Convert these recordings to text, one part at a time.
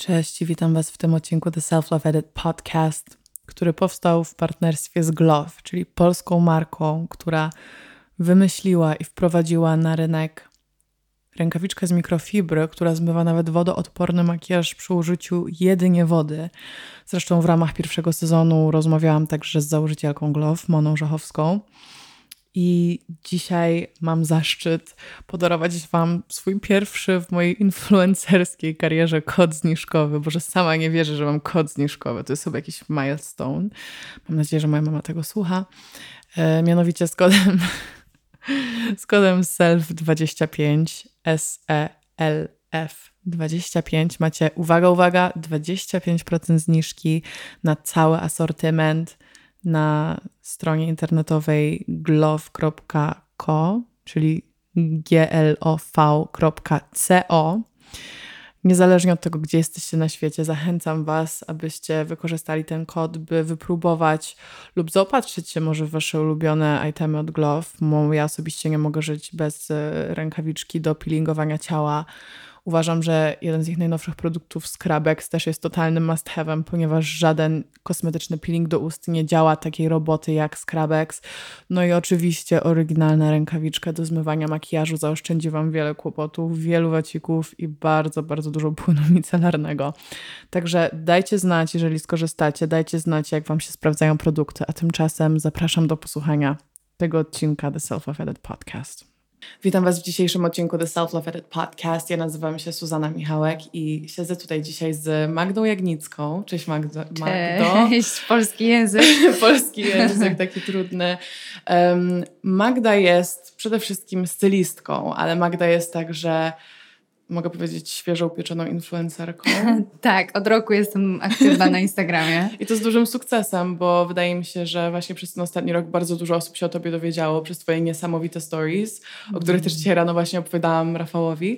Cześć i witam Was w tym odcinku The Self-Love Edit Podcast, który powstał w partnerstwie z Glove, czyli polską marką, która wymyśliła i wprowadziła na rynek rękawiczkę z mikrofibry, która zmywa nawet wodoodporny makijaż przy użyciu jedynie wody. Zresztą w ramach pierwszego sezonu rozmawiałam także z założycielką Glove, Moną Żachowską. I dzisiaj mam zaszczyt podarować Wam swój pierwszy w mojej influencerskiej karierze kod zniżkowy, bo że sama nie wierzę, że mam kod zniżkowy. To jest sobie jakiś milestone. Mam nadzieję, że moja mama tego słucha. Mianowicie z kodem SELF25 SELF25 macie, uwaga, 25% zniżki na cały asortyment na stronie internetowej glove.co, czyli glov.co. Niezależnie od tego, gdzie jesteście na świecie, zachęcam Was, abyście wykorzystali ten kod, by wypróbować lub zaopatrzyć się może w Wasze ulubione itemy od Glove. Ja osobiście nie mogę żyć bez rękawiczki do peelingowania ciała. Uważam, że jeden z ich najnowszych produktów, Scrub-X, też jest totalnym must-have'em, ponieważ żaden kosmetyczny peeling do ust nie działa takiej roboty jak Scrub-X. No i oczywiście oryginalna rękawiczka do zmywania makijażu zaoszczędzi Wam wiele kłopotów, wielu wacików i bardzo, bardzo dużo płynu micelarnego. Także dajcie znać, jeżeli skorzystacie, dajcie znać, jak Wam się sprawdzają produkty, a tymczasem zapraszam do posłuchania tego odcinka The Self-Love Edit Podcast. Witam Was w dzisiejszym odcinku The Self-Love Edit Podcast. Ja nazywam się Zuzanna Michałek i siedzę tutaj dzisiaj z Magdą Jagnicką. Cześć Magdo. Cześć, polski język. Polski język, taki trudny. Magda jest przede wszystkim stylistką, ale Magda jest także, mogę powiedzieć, świeżo upieczoną influencerką. Tak, od roku jestem aktywna na Instagramie. I to z dużym sukcesem, bo wydaje mi się, że właśnie przez ten ostatni rok bardzo dużo osób się o Tobie dowiedziało przez Twoje niesamowite stories, o których też dzisiaj rano właśnie opowiadałam Rafałowi.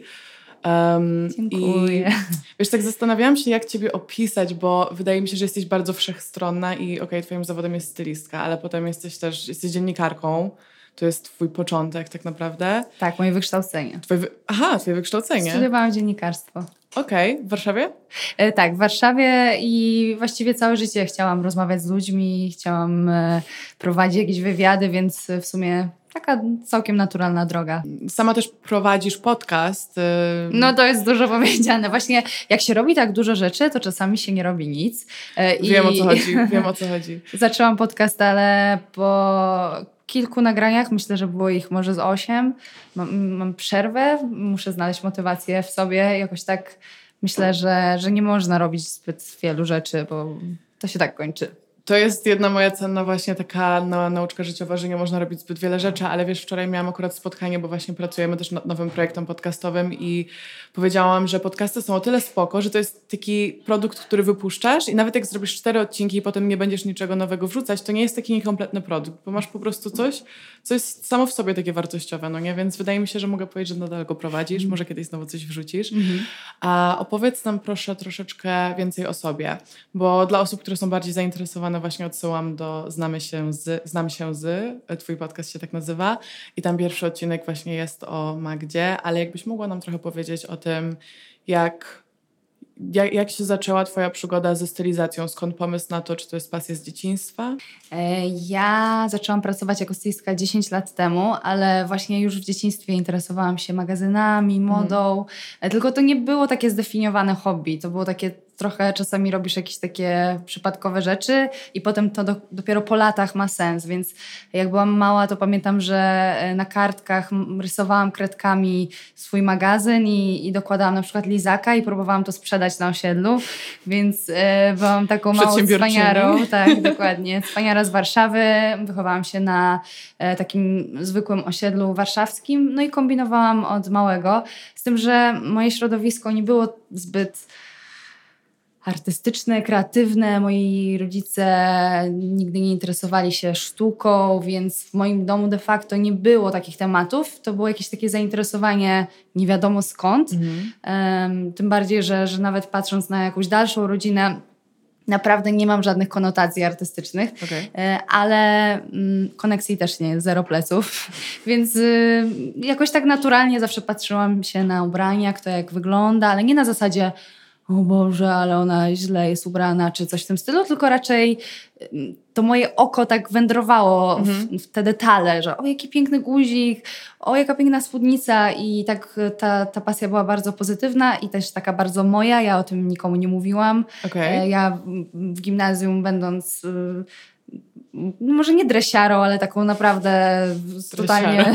Dziękuję. I wiesz, tak zastanawiałam się, jak Ciebie opisać, bo wydaje mi się, że jesteś bardzo wszechstronna i Twoim zawodem jest stylistka, ale potem jesteś dziennikarką. To jest Twój początek tak naprawdę. Tak, moje wykształcenie. Twoje wykształcenie. Studiowałam dziennikarstwo. Okej, w Warszawie? Tak, w Warszawie i właściwie całe życie chciałam rozmawiać z ludźmi, chciałam prowadzić jakieś wywiady, więc w sumie taka całkiem naturalna droga. Sama też prowadzisz podcast. No to jest dużo powiedziane. Właśnie jak się robi tak dużo rzeczy, to czasami się nie robi nic. Wiem o co chodzi. Zaczęłam podcast, ale po kilku nagraniach, myślę, że było ich może z 8. Mam przerwę, muszę znaleźć motywację w sobie. Jakoś tak myślę, że nie można robić zbyt wielu rzeczy, bo to się tak kończy. To jest jedna moja cenna właśnie taka nauczka życiowa, że nie można robić zbyt wiele rzeczy, ale wiesz, wczoraj miałam akurat spotkanie, bo właśnie pracujemy też nad nowym projektem podcastowym i powiedziałam, że podcasty są o tyle spoko, że to jest taki produkt, który wypuszczasz i nawet jak zrobisz 4 odcinki i potem nie będziesz niczego nowego wrzucać, to nie jest taki niekompletny produkt, bo masz po prostu coś, co jest samo w sobie takie wartościowe, no nie? Więc wydaje mi się, że mogę powiedzieć, że nadal go prowadzisz, może kiedyś znowu coś wrzucisz. A opowiedz nam proszę troszeczkę więcej o sobie, bo dla osób, które są bardziej zainteresowane, właśnie odsyłam do Znam się z, Twój podcast się tak nazywa i tam pierwszy odcinek właśnie jest o Magdzie, ale jakbyś mogła nam trochę powiedzieć o tym, jak się zaczęła Twoja przygoda ze stylizacją? Skąd pomysł na to? Czy to jest pasja z dzieciństwa? Ja zaczęłam pracować jako stylistka 10 lat temu, ale właśnie już w dzieciństwie interesowałam się magazynami, modą. Tylko to nie było takie zdefiniowane hobby. To było takie trochę, czasami robisz jakieś takie przypadkowe rzeczy i potem to dopiero po latach ma sens. Więc jak byłam mała, to pamiętam, że na kartkach rysowałam kredkami swój magazyn i dokładałam na przykład lizaka i próbowałam to sprzedać na osiedlu. Więc byłam taką małą cwaniarą. Tak, dokładnie. Cwaniara z Warszawy. Wychowałam się na takim zwykłym osiedlu warszawskim. No i kombinowałam od małego. Z tym, że moje środowisko nie było zbyt artystyczne, kreatywne. Moi rodzice nigdy nie interesowali się sztuką, więc w moim domu de facto nie było takich tematów. To było jakieś takie zainteresowanie nie wiadomo skąd. Tym bardziej, że nawet patrząc na jakąś dalszą rodzinę, naprawdę nie mam żadnych konotacji artystycznych, ale koneksji też nie, zero pleców. Więc jakoś tak naturalnie zawsze patrzyłam się na ubrania, kto jak wygląda, ale nie na zasadzie o Boże, ale ona źle jest ubrana, czy coś w tym stylu, tylko raczej to moje oko tak wędrowało w te detale, że o, jaki piękny guzik, o, jaka piękna spódnica i tak ta pasja była bardzo pozytywna i też taka bardzo moja, ja o tym nikomu nie mówiłam. Okay. Ja w gimnazjum będąc... może nie dresiarą, ale taką naprawdę totalnie...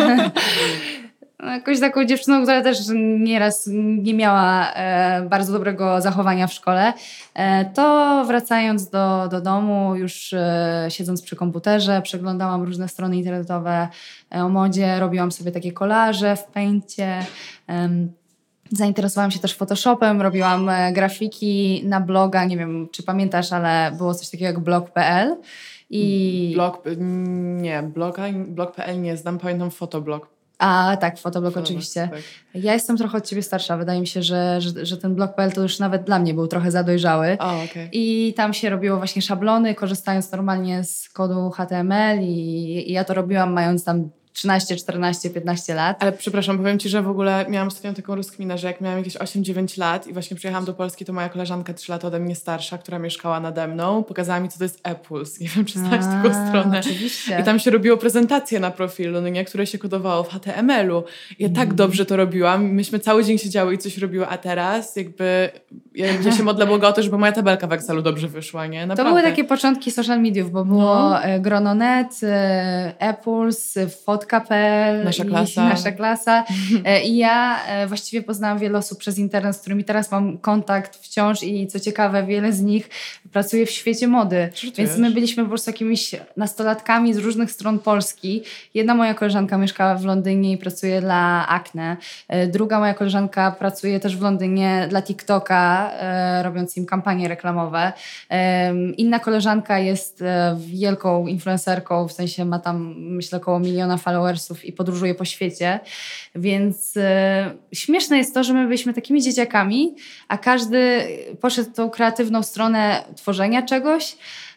Jakąś taką dziewczyną, która też nieraz nie miała bardzo dobrego zachowania w szkole, to wracając do domu, już siedząc przy komputerze, przeglądałam różne strony internetowe o modzie, robiłam sobie takie kolaże w Paincie. Zainteresowałam się też Photoshopem, robiłam grafiki na bloga, nie wiem, czy pamiętasz, ale było coś takiego jak blog.pl. Blog.pl nie znam, pamiętam Fotoblog. A tak, Fotoblog oczywiście. Tak. Ja jestem trochę od ciebie starsza. Wydaje mi się, że ten blog.pl to już nawet dla mnie był trochę za dojrzały. Okay. I tam się robiło właśnie szablony, korzystając normalnie z kodu HTML i ja to robiłam mając tam 13, 14, 15 lat. Ale przepraszam, powiem Ci, że w ogóle miałam ostatnio taką rozkminę, że jak miałam jakieś 8-9 lat i właśnie przyjechałam do Polski, to moja koleżanka 3 lata ode mnie starsza, która mieszkała nade mną, pokazała mi, co to jest ePuls. Nie wiem, czy znasz taką stronę. Oczywiście. I tam się robiło prezentacje na profilu, no nie, które się kodowało w HTML-u. Ja tak dobrze to robiłam. Myśmy cały dzień siedziały i coś robiły, a teraz jakby ja się modlę Boga o to, żeby moja tabelka w Excelu dobrze wyszła, nie? Naprawdę. To były takie początki social mediów, bo było Grono.net, ePuls, Fotka.pl, Nasza klasa. I ja właściwie poznałam wiele osób przez internet, z którymi teraz mam kontakt wciąż i co ciekawe, wiele z nich pracuje w świecie mody. Więc my byliśmy po prostu jakimiś nastolatkami z różnych stron Polski. Jedna moja koleżanka mieszkała w Londynie i pracuje dla Acne. Druga moja koleżanka pracuje też w Londynie dla TikToka, robiąc im kampanie reklamowe. Inna koleżanka jest wielką influencerką, w sensie ma tam, myślę, około 1 miliona followersów i podróżuje po świecie. Więc śmieszne jest to, że my byliśmy takimi dzieciakami, a każdy poszedł w tą kreatywną stronę tworzenia czegoś.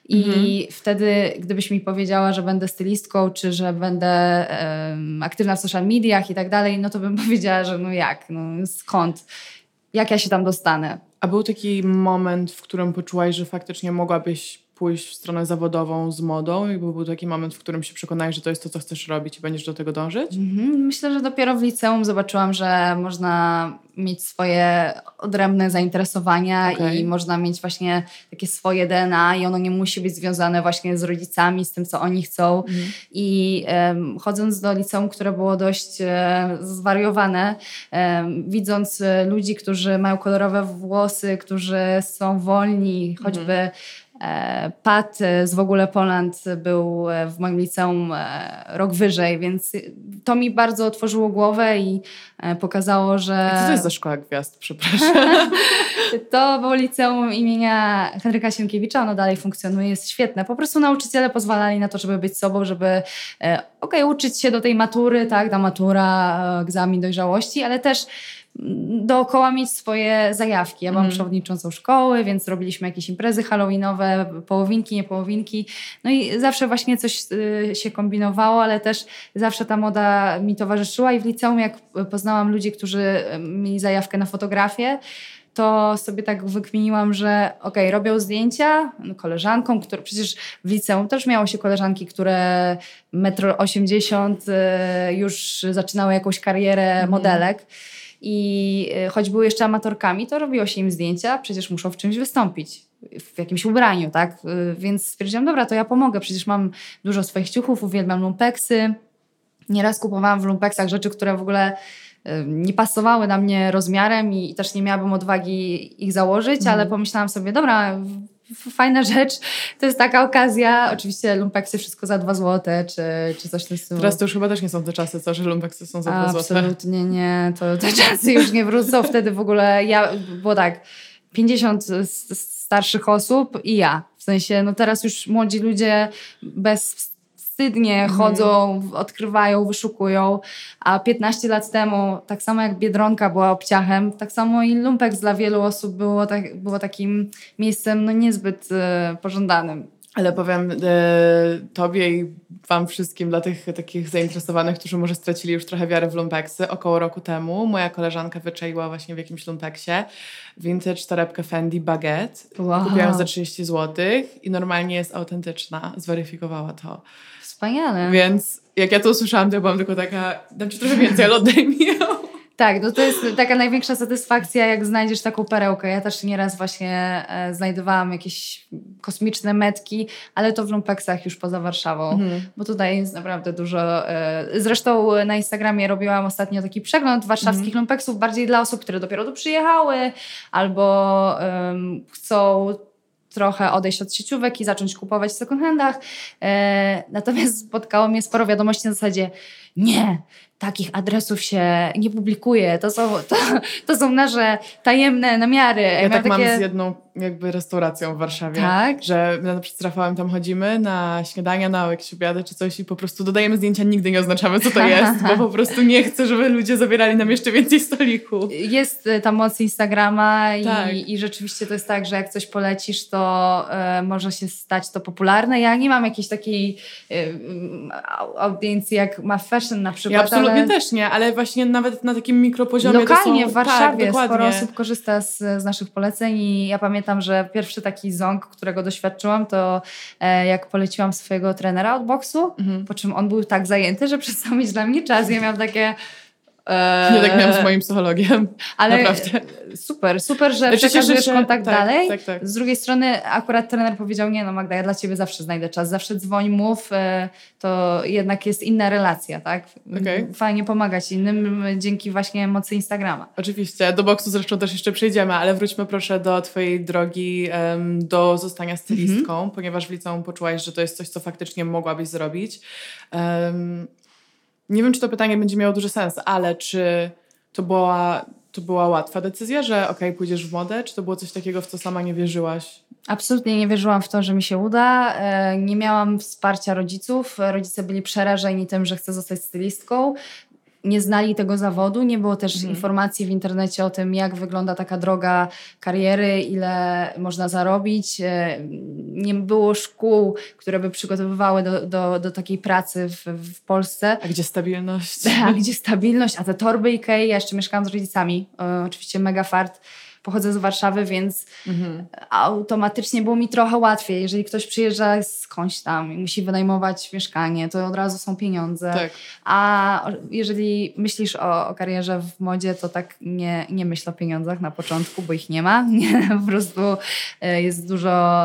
I wtedy, gdybyś mi powiedziała, że będę stylistką, czy że będę aktywna w social mediach i tak dalej, no to bym powiedziała, że no jak, no skąd, jak ja się tam dostanę. A był taki moment, w którym poczułaś, że faktycznie mogłabyś pójść w stronę zawodową z modą i był taki moment, w którym się przekonałeś, że to jest to, co chcesz robić i będziesz do tego dążyć? Myślę, że dopiero w liceum zobaczyłam, że można mieć swoje odrębne zainteresowania i można mieć właśnie takie swoje DNA i ono nie musi być związane właśnie z rodzicami, z tym, co oni chcą. I chodząc do liceum, które było dość zwariowane, widząc ludzi, którzy mają kolorowe włosy, którzy są wolni, choćby Pat z W ogóle Poland był w moim liceum rok wyżej, więc to mi bardzo otworzyło głowę i pokazało, że... A co to jest za szkoła gwiazd, przepraszam? To było liceum imienia Henryka Sienkiewicza, ono dalej funkcjonuje, jest świetne. Po prostu nauczyciele pozwalali na to, żeby być sobą, żeby uczyć się do tej matury, tak, ta matura, egzamin dojrzałości, ale też dookoła mieć swoje zajawki. Ja byłam przewodniczącą szkoły, więc robiliśmy jakieś imprezy halloweenowe, połowinki, niepołowinki. No i zawsze właśnie coś się kombinowało, ale też zawsze ta moda mi towarzyszyła i w liceum jak poznałam ludzi, którzy mieli zajawkę na fotografię, to sobie tak wykminiłam, że robią zdjęcia koleżankom, które przecież w liceum też miało się koleżanki, które 1,80 m już zaczynały jakąś karierę modelek. I choć były jeszcze amatorkami, to robiło się im zdjęcia, przecież muszą w czymś wystąpić, w jakimś ubraniu, tak? Więc stwierdziłam, dobra, to ja pomogę, przecież mam dużo swoich ciuchów, uwielbiam lumpeksy. Nieraz kupowałam w lumpeksach rzeczy, które w ogóle nie pasowały na mnie rozmiarem i też nie miałabym odwagi ich założyć, ale pomyślałam sobie, dobra, fajna rzecz, to jest taka okazja. Oczywiście lumpeksy wszystko za 2 zł, czy coś w tym stylu. Teraz to już chyba też nie są te czasy, co, że lumpeksy są za 2 zł. Absolutnie nie, to te czasy już nie wrócą. Wtedy w ogóle było tak, 50 starszych osób i ja. W sensie, no teraz już młodzi ludzie bezwstydnie chodzą, odkrywają, wyszukują, a 15 lat temu, tak samo jak Biedronka była obciachem, tak samo i lumpeks dla wielu osób było takim miejscem niezbyt pożądanym. Ale powiem tobie i wam wszystkim, dla tych takich zainteresowanych, którzy może stracili już trochę wiarę w lumpeksy, około roku temu moja koleżanka wyczaiła właśnie w jakimś lumpeksie vintage torebkę Fendi Baguette. Wow. Kupiłam ją za 30 zł i normalnie jest autentyczna. Zweryfikowała to. Wspaniale. Więc jak ja to usłyszałam, to ja byłam tylko taka, dam ci trochę więcej, ale oddaj mi ją. Tak, no to jest taka największa satysfakcja, jak znajdziesz taką perełkę. Ja też nieraz właśnie znajdowałam jakieś kosmiczne metki, ale to w lumpeksach już poza Warszawą, bo tutaj jest naprawdę dużo. Zresztą na Instagramie robiłam ostatnio taki przegląd warszawskich lumpeksów, bardziej dla osób, które dopiero tu przyjechały albo chcą trochę odejść od sieciówek i zacząć kupować w second handach. Natomiast spotkało mnie sporo wiadomości na zasadzie nie, takich adresów się nie publikuje. To są nasze tajemne namiary. Ja tak mam z jedną jakby restauracją w Warszawie, tak? że my na przykład z Rafałem tam chodzimy na śniadania, na jakieś obiady czy coś i po prostu dodajemy zdjęcia, nigdy nie oznaczamy, co to jest, bo po prostu nie chcę, żeby ludzie zabierali nam jeszcze więcej stolików. Jest ta moc Instagrama tak. i rzeczywiście to jest tak, że jak coś polecisz, to może się stać to popularne. Ja nie mam jakiejś takiej audiencji jak ma fashion na przykład. Ja absolutnie też nie, ale właśnie nawet na takim mikropoziomie lokalnie to są, w Warszawie tak, sporo osób korzysta z naszych poleceń i ja pamiętam, że pierwszy taki ząg, którego doświadczyłam, to jak poleciłam swojego trenera od boksu, po czym on był tak zajęty, że przestał mieć dla mnie czas. Ja miałam takie... Nie tak miałam z moim psychologiem. Ale naprawdę. Super, że przekazujesz kontakt dalej. Tak. Z drugiej strony akurat trener powiedział, nie no Magda, ja dla ciebie zawsze znajdę czas, zawsze dzwoń, mów, to jednak jest inna relacja, tak? Okay. Fajnie pomagać innym dzięki właśnie mocy Instagrama. Oczywiście, do boksu zresztą też jeszcze przejdziemy, ale wróćmy proszę do twojej drogi do zostania stylistką, ponieważ w liceum poczułaś, że to jest coś, co faktycznie mogłabyś zrobić. Nie wiem, czy to pytanie będzie miało duży sens, ale czy to była łatwa decyzja, że okej, pójdziesz w modę? Czy to było coś takiego, w co sama nie wierzyłaś? Absolutnie nie wierzyłam w to, że mi się uda. Nie miałam wsparcia rodziców. Rodzice byli przerażeni tym, że chcę zostać stylistką. Nie znali tego zawodu, nie było też informacji w internecie o tym, jak wygląda taka droga kariery, ile można zarobić. Nie było szkół, które by przygotowywały do takiej pracy w Polsce. A gdzie stabilność? A gdzie stabilność? A te torby Ikei, ja jeszcze mieszkałam z rodzicami. Oczywiście mega fart. Pochodzę z Warszawy, więc automatycznie było mi trochę łatwiej. Jeżeli ktoś przyjeżdża skądś tam i musi wynajmować mieszkanie, to od razu są pieniądze. Tak. A jeżeli myślisz o karierze w modzie, to tak nie myśl o pieniądzach na początku, bo ich nie ma. Po prostu jest dużo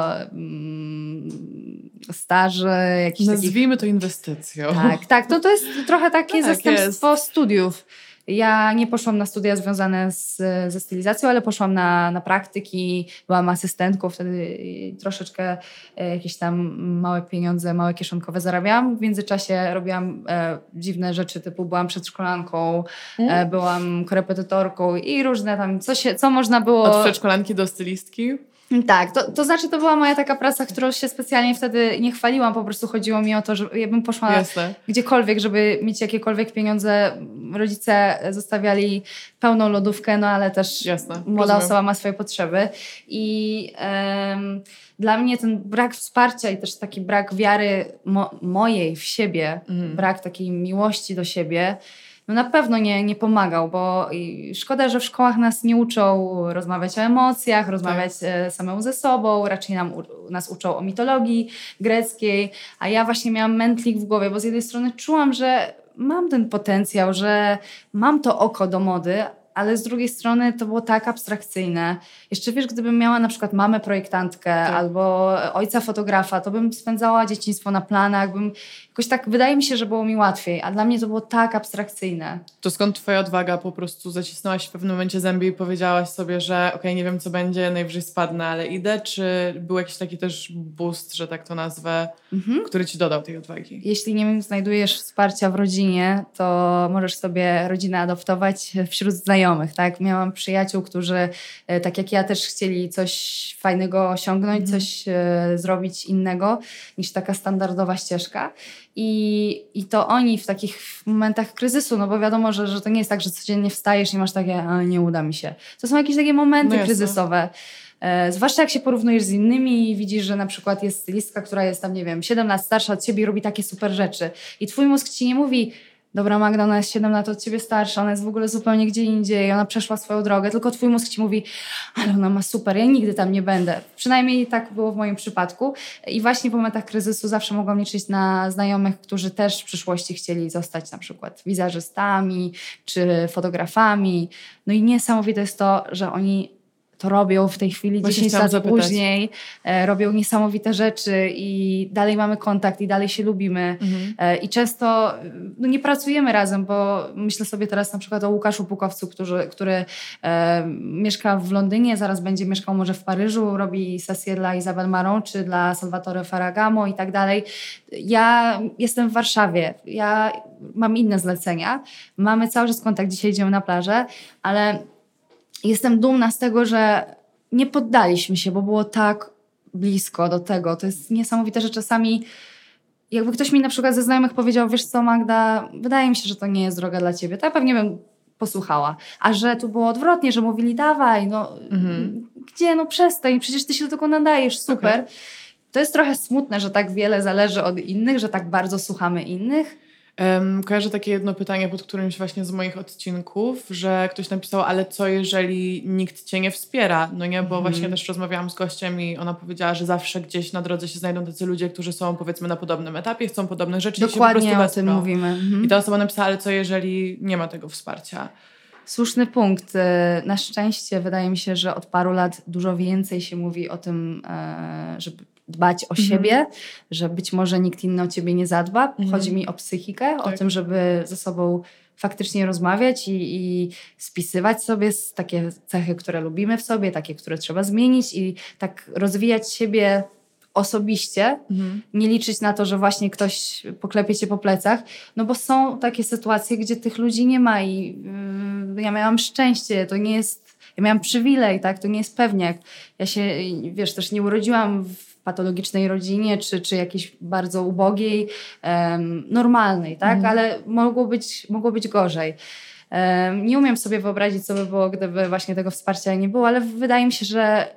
staży. Nazwijmy to inwestycją. Tak. To jest trochę takie zastępstwo studiów. Ja nie poszłam na studia związane ze stylizacją, ale poszłam na praktyki, byłam asystentką, wtedy troszeczkę jakieś tam małe pieniądze, małe kieszonkowe zarabiałam. W międzyczasie robiłam dziwne rzeczy, typu byłam przedszkolanką, byłam korepetytorką i różne tam, co można było... Od przedszkolanki do stylistki? Tak, to znaczy to była moja taka praca, którą się specjalnie wtedy nie chwaliłam, po prostu chodziło mi o to, że ja bym poszła gdziekolwiek, żeby mieć jakiekolwiek pieniądze. Rodzice zostawiali pełną lodówkę, no ale też młoda osoba ma swoje potrzeby i dla mnie ten brak wsparcia i też taki brak wiary mojej w siebie, brak takiej miłości do siebie, no na pewno nie pomagał, bo szkoda, że w szkołach nas nie uczą rozmawiać o emocjach, rozmawiać samemu ze sobą, raczej nas uczą o mitologii greckiej, a ja właśnie miałam mętlik w głowie, bo z jednej strony czułam, że mam ten potencjał, że mam to oko do mody, ale z drugiej strony to było tak abstrakcyjne. Jeszcze wiesz, gdybym miała na przykład mamę projektantkę albo ojca fotografa, to bym spędzała dzieciństwo na planach, jakoś tak, wydaje mi się, że było mi łatwiej, a dla mnie to było tak abstrakcyjne. To skąd twoja odwaga? Po prostu zacisnąłaś w pewnym momencie zęby i powiedziałaś sobie, że okej, nie wiem co będzie, najwyżej spadnę, ale idę? Czy był jakiś taki też boost, że tak to nazwę, który ci dodał tej odwagi? Jeśli nie znajdujesz wsparcia w rodzinie, to możesz sobie rodzinę adoptować wśród znajomych, tak? Miałam przyjaciół, którzy tak jak ja też chcieli coś fajnego osiągnąć, coś zrobić innego niż taka standardowa ścieżka. I to oni w takich momentach kryzysu, no bo wiadomo, że to nie jest tak, że codziennie wstajesz i masz takie, a nie uda mi się. To są jakieś takie momenty kryzysowe. Zwłaszcza jak się porównujesz z innymi i widzisz, że na przykład jest stylistka, która jest tam, nie wiem, 7 lat starsza od ciebie i robi takie super rzeczy. I twój mózg ci nie mówi: dobra, Magda, ona jest 7 lat od ciebie starsza, ona jest w ogóle zupełnie gdzie indziej, ona przeszła swoją drogę, tylko twój mózg ci mówi: ale ona ma super, ja nigdy tam nie będę. Przynajmniej tak było w moim przypadku. I właśnie po momentach kryzysu zawsze mogłam liczyć na znajomych, którzy też w przyszłości chcieli zostać na przykład wizerzystami czy fotografami. No i niesamowite jest to, że oni to robią w tej chwili, Właśnie 10 lat zapytać. Później, robią niesamowite rzeczy i dalej mamy kontakt i dalej się lubimy. I często nie pracujemy razem, bo myślę sobie teraz na przykład o Łukaszu Pukowcu, który mieszka w Londynie, zaraz będzie mieszkał może w Paryżu, robi sesje dla Isabel Marant czy dla Salvatore Ferragamo i tak dalej. Ja jestem w Warszawie, ja mam inne zlecenia, mamy cały czas kontakt, dzisiaj idziemy na plażę, ale jestem dumna z tego, że nie poddaliśmy się, bo było tak blisko do tego. To jest niesamowite, że czasami jakby ktoś mi na przykład ze znajomych powiedział: wiesz co, Magda, wydaje mi się, że to nie jest droga dla ciebie. To ja pewnie bym posłuchała. A że tu było odwrotnie, że mówili: dawaj, gdzie, przestań, przecież ty się do tego nadajesz, super. Okay. To jest trochę smutne, że tak wiele zależy od innych, że tak bardzo słuchamy innych. Kojarzę takie jedno pytanie pod którymś właśnie z moich odcinków, że ktoś napisał: ale co jeżeli nikt cię nie wspiera? No nie, bo właśnie też rozmawiałam z gościem i ona powiedziała, że zawsze gdzieś na drodze się znajdą tacy ludzie, którzy są powiedzmy na podobnym etapie, chcą podobnych rzeczy. Dokładnie i się po prostu o tym mówimy. I ta osoba napisała: ale co jeżeli nie ma tego wsparcia? Słuszny punkt. Na szczęście wydaje mi się, że od paru lat dużo więcej się mówi o tym, żeby dbać o siebie, że być może nikt inny o ciebie nie zadba. Chodzi mi o psychikę, o tym, żeby ze sobą faktycznie rozmawiać i spisywać sobie takie cechy, które lubimy w sobie, takie, które trzeba zmienić i tak rozwijać siebie osobiście, nie liczyć na to, że właśnie ktoś poklepie cię po plecach, no bo są takie sytuacje, gdzie tych ludzi nie ma i ja miałam szczęście, to nie jest, ja miałam przywilej, tak, to nie jest pewniak. Ja się, wiesz, też nie urodziłam w patologicznej rodzinie, czy jakiejś bardzo ubogiej, normalnej, tak, ale mogło być gorzej. Nie umiem sobie wyobrazić, co by było, gdyby właśnie tego wsparcia nie było, ale wydaje mi się, że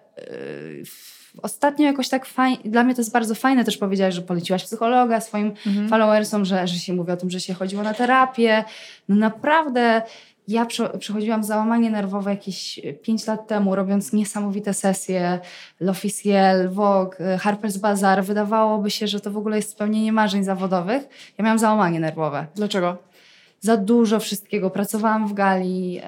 ostatnio jakoś tak fajnie, dla mnie to jest bardzo fajne, też powiedziałaś, że poleciłaś psychologa swoim followersom, że się mówi o tym, że się chodziło na terapię. No naprawdę, ja przechodziłam załamanie nerwowe jakieś 5 lat temu, robiąc niesamowite sesje L'Officiel, Vogue, Harper's Bazaar. Wydawałoby się, że to w ogóle jest spełnienie marzeń zawodowych. Ja miałam załamanie nerwowe. Dlaczego? Za dużo wszystkiego. Pracowałam w gali,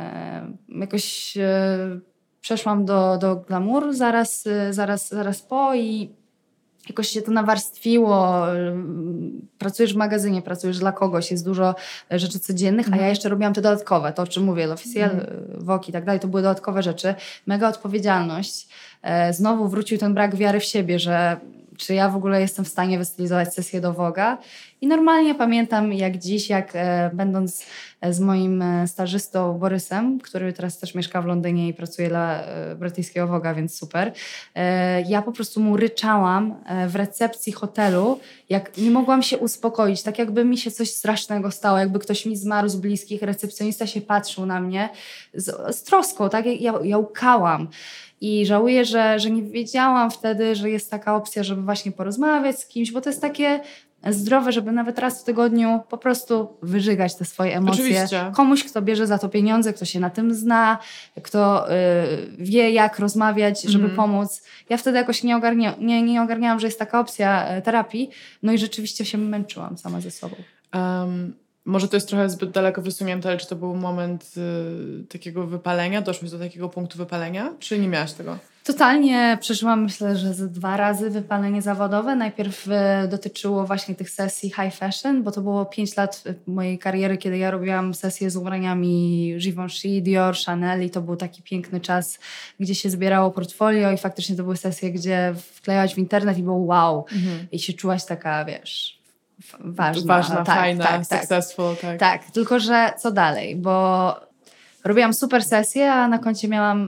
jakoś przeszłam do glamour zaraz po i jakoś się to nawarstwiło. Pracujesz w magazynie, pracujesz dla kogoś, jest dużo rzeczy codziennych, a ja jeszcze robiłam te dodatkowe, to o czym mówię, L'Officiel, Vogue i tak dalej, to były dodatkowe rzeczy. Mega odpowiedzialność. Znowu wrócił ten brak wiary w siebie, że czy ja w ogóle jestem w stanie wystylizować sesję do Vogue'a. I normalnie pamiętam jak dziś, jak będąc z moim stażystą Borysem, który teraz też mieszka w Londynie i pracuje dla brytyjskiego Vogue'a, więc super. Ja po prostu mu ryczałam w recepcji hotelu, jak nie mogłam się uspokoić, tak jakby mi się coś strasznego stało, jakby ktoś mi zmarł z bliskich, recepcjonista się patrzył na mnie z troską, tak? Ja łkałam. I żałuję, że nie wiedziałam wtedy, że jest taka opcja, żeby właśnie porozmawiać z kimś, bo to jest takie zdrowe, żeby nawet raz w tygodniu po prostu wyżygać te swoje emocje. Oczywiście. Komuś, kto bierze za to pieniądze, kto się na tym zna, kto wie, jak rozmawiać, żeby pomóc. Ja wtedy jakoś nie ogarniałam, że jest taka opcja terapii. No i rzeczywiście się męczyłam sama ze sobą. Może to jest trochę zbyt daleko wysunięte, ale czy to był moment takiego wypalenia? Doszłaś do takiego punktu wypalenia? Czy nie miałaś tego? Totalnie przeżyłam, myślę, że ze 2 razy wypalenie zawodowe. Najpierw dotyczyło właśnie tych sesji high fashion, bo to było 5 lat mojej kariery, kiedy ja robiłam sesje z ubraniami Givenchy, Dior, Chanel i to był taki piękny czas, gdzie się zbierało portfolio i faktycznie to były sesje, gdzie wklejałaś w internet i było wow. I się czułaś taka, wiesz, ważna, tak, fajna, successful. Tak, tylko że co dalej, bo robiłam super sesję, a na koncie miałam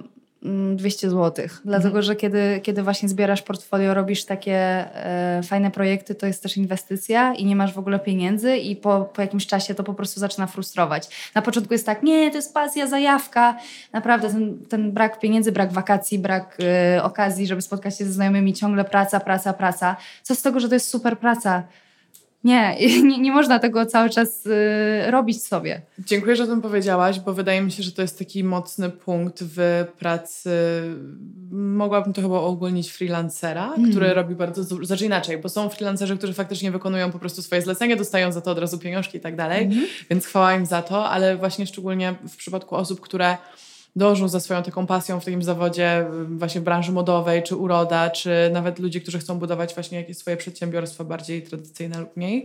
200 zł. Dlatego, że kiedy właśnie zbierasz portfolio, robisz takie fajne projekty, to jest też inwestycja i nie masz w ogóle pieniędzy i po jakimś czasie to po prostu zaczyna frustrować. Na początku jest tak, nie, to jest pasja, zajawka. Naprawdę ten brak pieniędzy, brak wakacji, brak okazji, żeby spotkać się ze znajomymi, ciągle praca. Co z tego, że to jest super praca? Nie można tego cały czas robić sobie. Dziękuję, że o tym powiedziałaś, bo wydaje mi się, że to jest taki mocny punkt w pracy. Mogłabym to chyba ogólnić freelancera, który robi bardzo... Znaczy inaczej, bo są freelancerzy, którzy faktycznie wykonują po prostu swoje zlecenie, dostają za to od razu pieniążki i tak dalej, więc chwała im za to, ale właśnie szczególnie w przypadku osób, które dążą za swoją taką pasją w takim zawodzie właśnie w branży modowej, czy uroda, czy nawet ludzie, którzy chcą budować właśnie jakieś swoje przedsiębiorstwa bardziej tradycyjne lub mniej.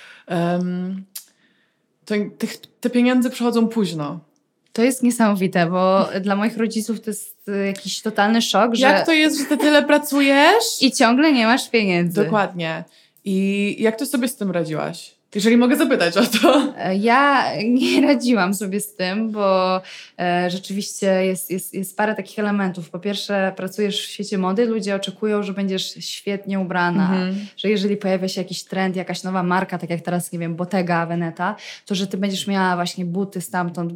Te pieniądze przychodzą późno. To jest niesamowite, bo dla moich rodziców to jest jakiś totalny szok, że... Jak to jest, że ty tyle pracujesz? I ciągle nie masz pieniędzy. Dokładnie. I jak ty sobie z tym radziłaś? Jeżeli mogę zapytać o to. Ja nie radziłam sobie z tym, bo rzeczywiście jest parę takich elementów. Po pierwsze, pracujesz w świecie mody, ludzie oczekują, że będziesz świetnie ubrana, że jeżeli pojawia się jakiś trend, jakaś nowa marka, tak jak teraz, nie wiem, Bottega, Veneta, to że ty będziesz miała właśnie buty stamtąd,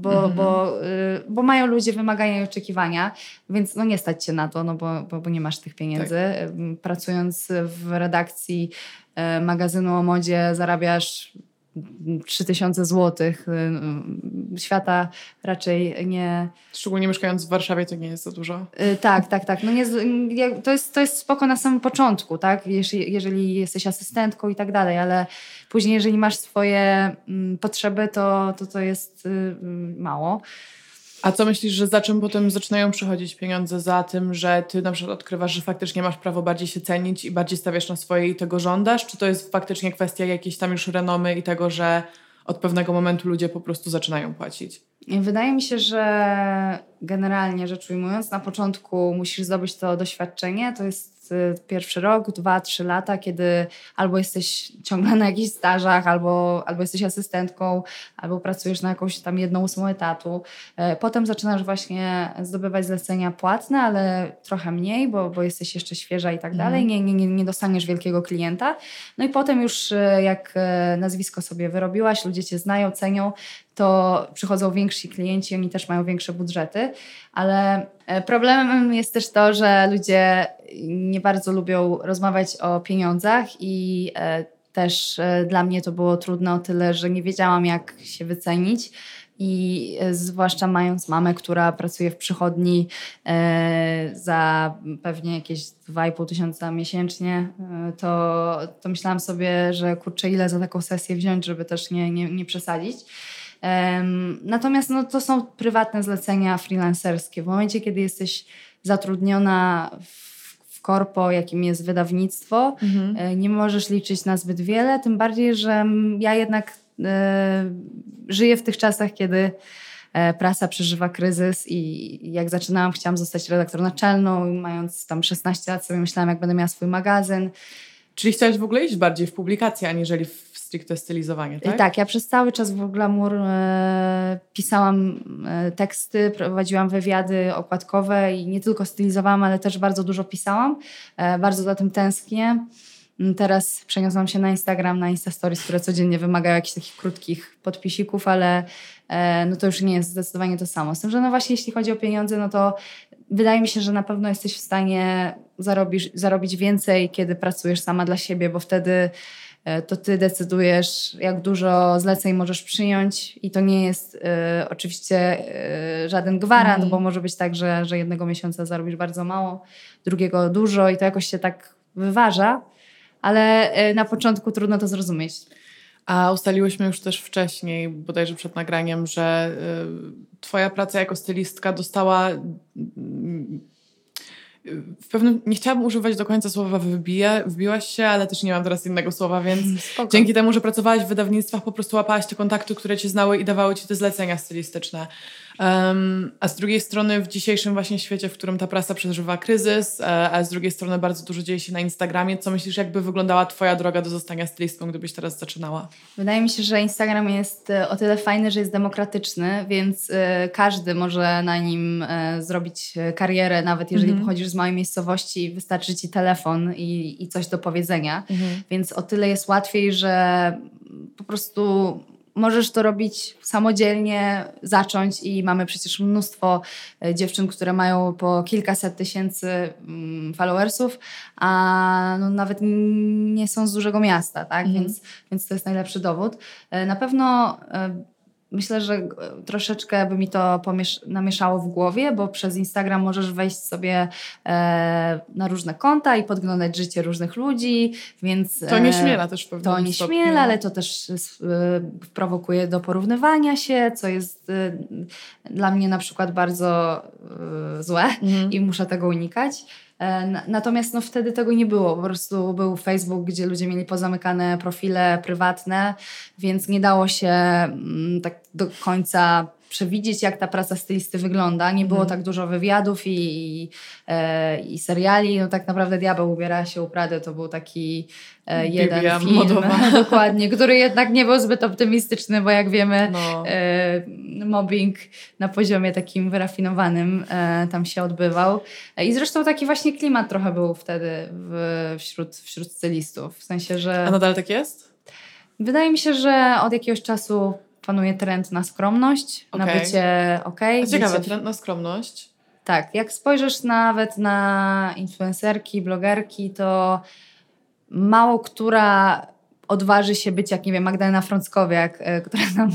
bo mają ludzie wymagania i oczekiwania, więc no nie stać cię na to, no bo nie masz tych pieniędzy. Tak. Pracując w redakcji magazynu o modzie zarabiasz 3000 złotych. Świata raczej nie... Szczególnie mieszkając w Warszawie to nie jest za dużo. Tak. No to jest spoko na samym początku, tak? Jeżeli jesteś asystentką i tak dalej, ale później jeżeli masz swoje potrzeby, to jest mało. A co myślisz, że za czym potem zaczynają przychodzić pieniądze? Za tym, że ty na przykład odkrywasz, że faktycznie masz prawo bardziej się cenić i bardziej stawiasz na swoje i tego żądasz? Czy to jest faktycznie kwestia jakiejś tam już renomy i tego, że od pewnego momentu ludzie po prostu zaczynają płacić? Wydaje mi się, że generalnie rzecz ujmując, na początku musisz zdobyć to doświadczenie. To jest pierwszy rok, 2-3 lata, kiedy albo jesteś ciągle na jakichś stażach, albo jesteś asystentką, albo pracujesz na jakąś tam 1/8 etatu. Potem zaczynasz właśnie zdobywać zlecenia płatne, ale trochę mniej, bo jesteś jeszcze świeża i tak dalej. Nie dostaniesz wielkiego klienta. No i potem już jak nazwisko sobie wyrobiłaś, ludzie cię znają, cenią, to przychodzą więksi klienci, oni też mają większe budżety, ale problemem jest też to, że ludzie nie bardzo lubią rozmawiać o pieniądzach i też dla mnie to było trudne o tyle, że nie wiedziałam, jak się wycenić. I zwłaszcza mając mamę, która pracuje w przychodni za pewnie jakieś 2500 miesięcznie, to myślałam sobie, że kurczę, ile za taką sesję wziąć, żeby też nie przesadzić. Natomiast no, to są prywatne zlecenia freelancerskie. W momencie, kiedy jesteś zatrudniona w korpo, jakim jest wydawnictwo, nie możesz liczyć na zbyt wiele, tym bardziej, że ja jednak żyję w tych czasach, kiedy prasa przeżywa kryzys i jak zaczynałam, chciałam zostać redaktor naczelną, mając tam 16 lat sobie myślałam, jak będę miała swój magazyn. Czyli chciałaś w ogóle iść bardziej w publikację, aniżeli w stricte stylizowanie, tak? Tak, ja przez cały czas w Glamour pisałam teksty, prowadziłam wywiady okładkowe i nie tylko stylizowałam, ale też bardzo dużo pisałam. Bardzo za tym tęsknię. Teraz przeniosłam się na Instagram, na Insta Stories, które codziennie wymagają jakichś takich krótkich podpisików, ale no to już nie jest zdecydowanie to samo. Z tym, że no właśnie jeśli chodzi o pieniądze, no to wydaje mi się, że na pewno jesteś w stanie zarobić więcej, kiedy pracujesz sama dla siebie, bo wtedy to ty decydujesz, jak dużo zleceń możesz przyjąć i to nie jest oczywiście żaden gwarant, bo może być tak, że jednego miesiąca zarobisz bardzo mało, drugiego dużo i to jakoś się tak wyważa, ale na początku trudno to zrozumieć. A ustaliłyśmy już też wcześniej, bodajże przed nagraniem, że twoja praca jako stylistka dostała w pewnym, nie chciałabym używać do końca słowa wbiłaś się, ale też nie mam teraz innego słowa, więc Spoko. Dzięki temu, że pracowałaś w wydawnictwach, po prostu łapałaś te kontakty, które cię znały i dawały ci te zlecenia stylistyczne. A z drugiej strony w dzisiejszym właśnie świecie, w którym ta prasa przeżywa kryzys, a z drugiej strony bardzo dużo dzieje się na Instagramie, co myślisz, jakby wyglądała twoja droga do zostania stylistką, gdybyś teraz zaczynała? Wydaje mi się, że Instagram jest o tyle fajny, że jest demokratyczny, więc każdy może na nim zrobić karierę, nawet jeżeli pochodzisz z małej miejscowości, wystarczy ci telefon i coś do powiedzenia. Więc o tyle jest łatwiej, że po prostu możesz to robić samodzielnie, zacząć i mamy przecież mnóstwo dziewczyn, które mają po kilkaset tysięcy followersów, a no nawet nie są z dużego miasta, tak? Więc to jest najlepszy dowód. Na pewno myślę, że troszeczkę by mi to namieszało w głowie, bo przez Instagram możesz wejść sobie na różne konta i podglądać życie różnych ludzi, więc... To nie śmiela też w pewnym To nie śmiela, ale to też prowokuje do porównywania się, co jest dla mnie na przykład bardzo złe i muszę tego unikać. Natomiast no, wtedy tego nie było. Po prostu był Facebook, gdzie ludzie mieli pozamykane profile prywatne, więc nie dało się tak do końca przewidzieć, jak ta praca stylisty wygląda. Nie było tak dużo wywiadów i seriali. No tak naprawdę Diabeł ubiera się u Prady to był taki jeden film, dokładnie, który jednak nie był zbyt optymistyczny, bo jak wiemy mobbing na poziomie takim wyrafinowanym tam się odbywał. I zresztą taki właśnie klimat trochę był wtedy wśród stylistów. W sensie, że... A nadal tak jest? Wydaje mi się, że od jakiegoś czasu panuje trend na skromność, na bycie okej. Ciekawe, trend na skromność. Tak, jak spojrzysz nawet na influencerki, blogerki, to mało która odważy się być jak, nie wiem, Magdalena Frąckowiak, która nam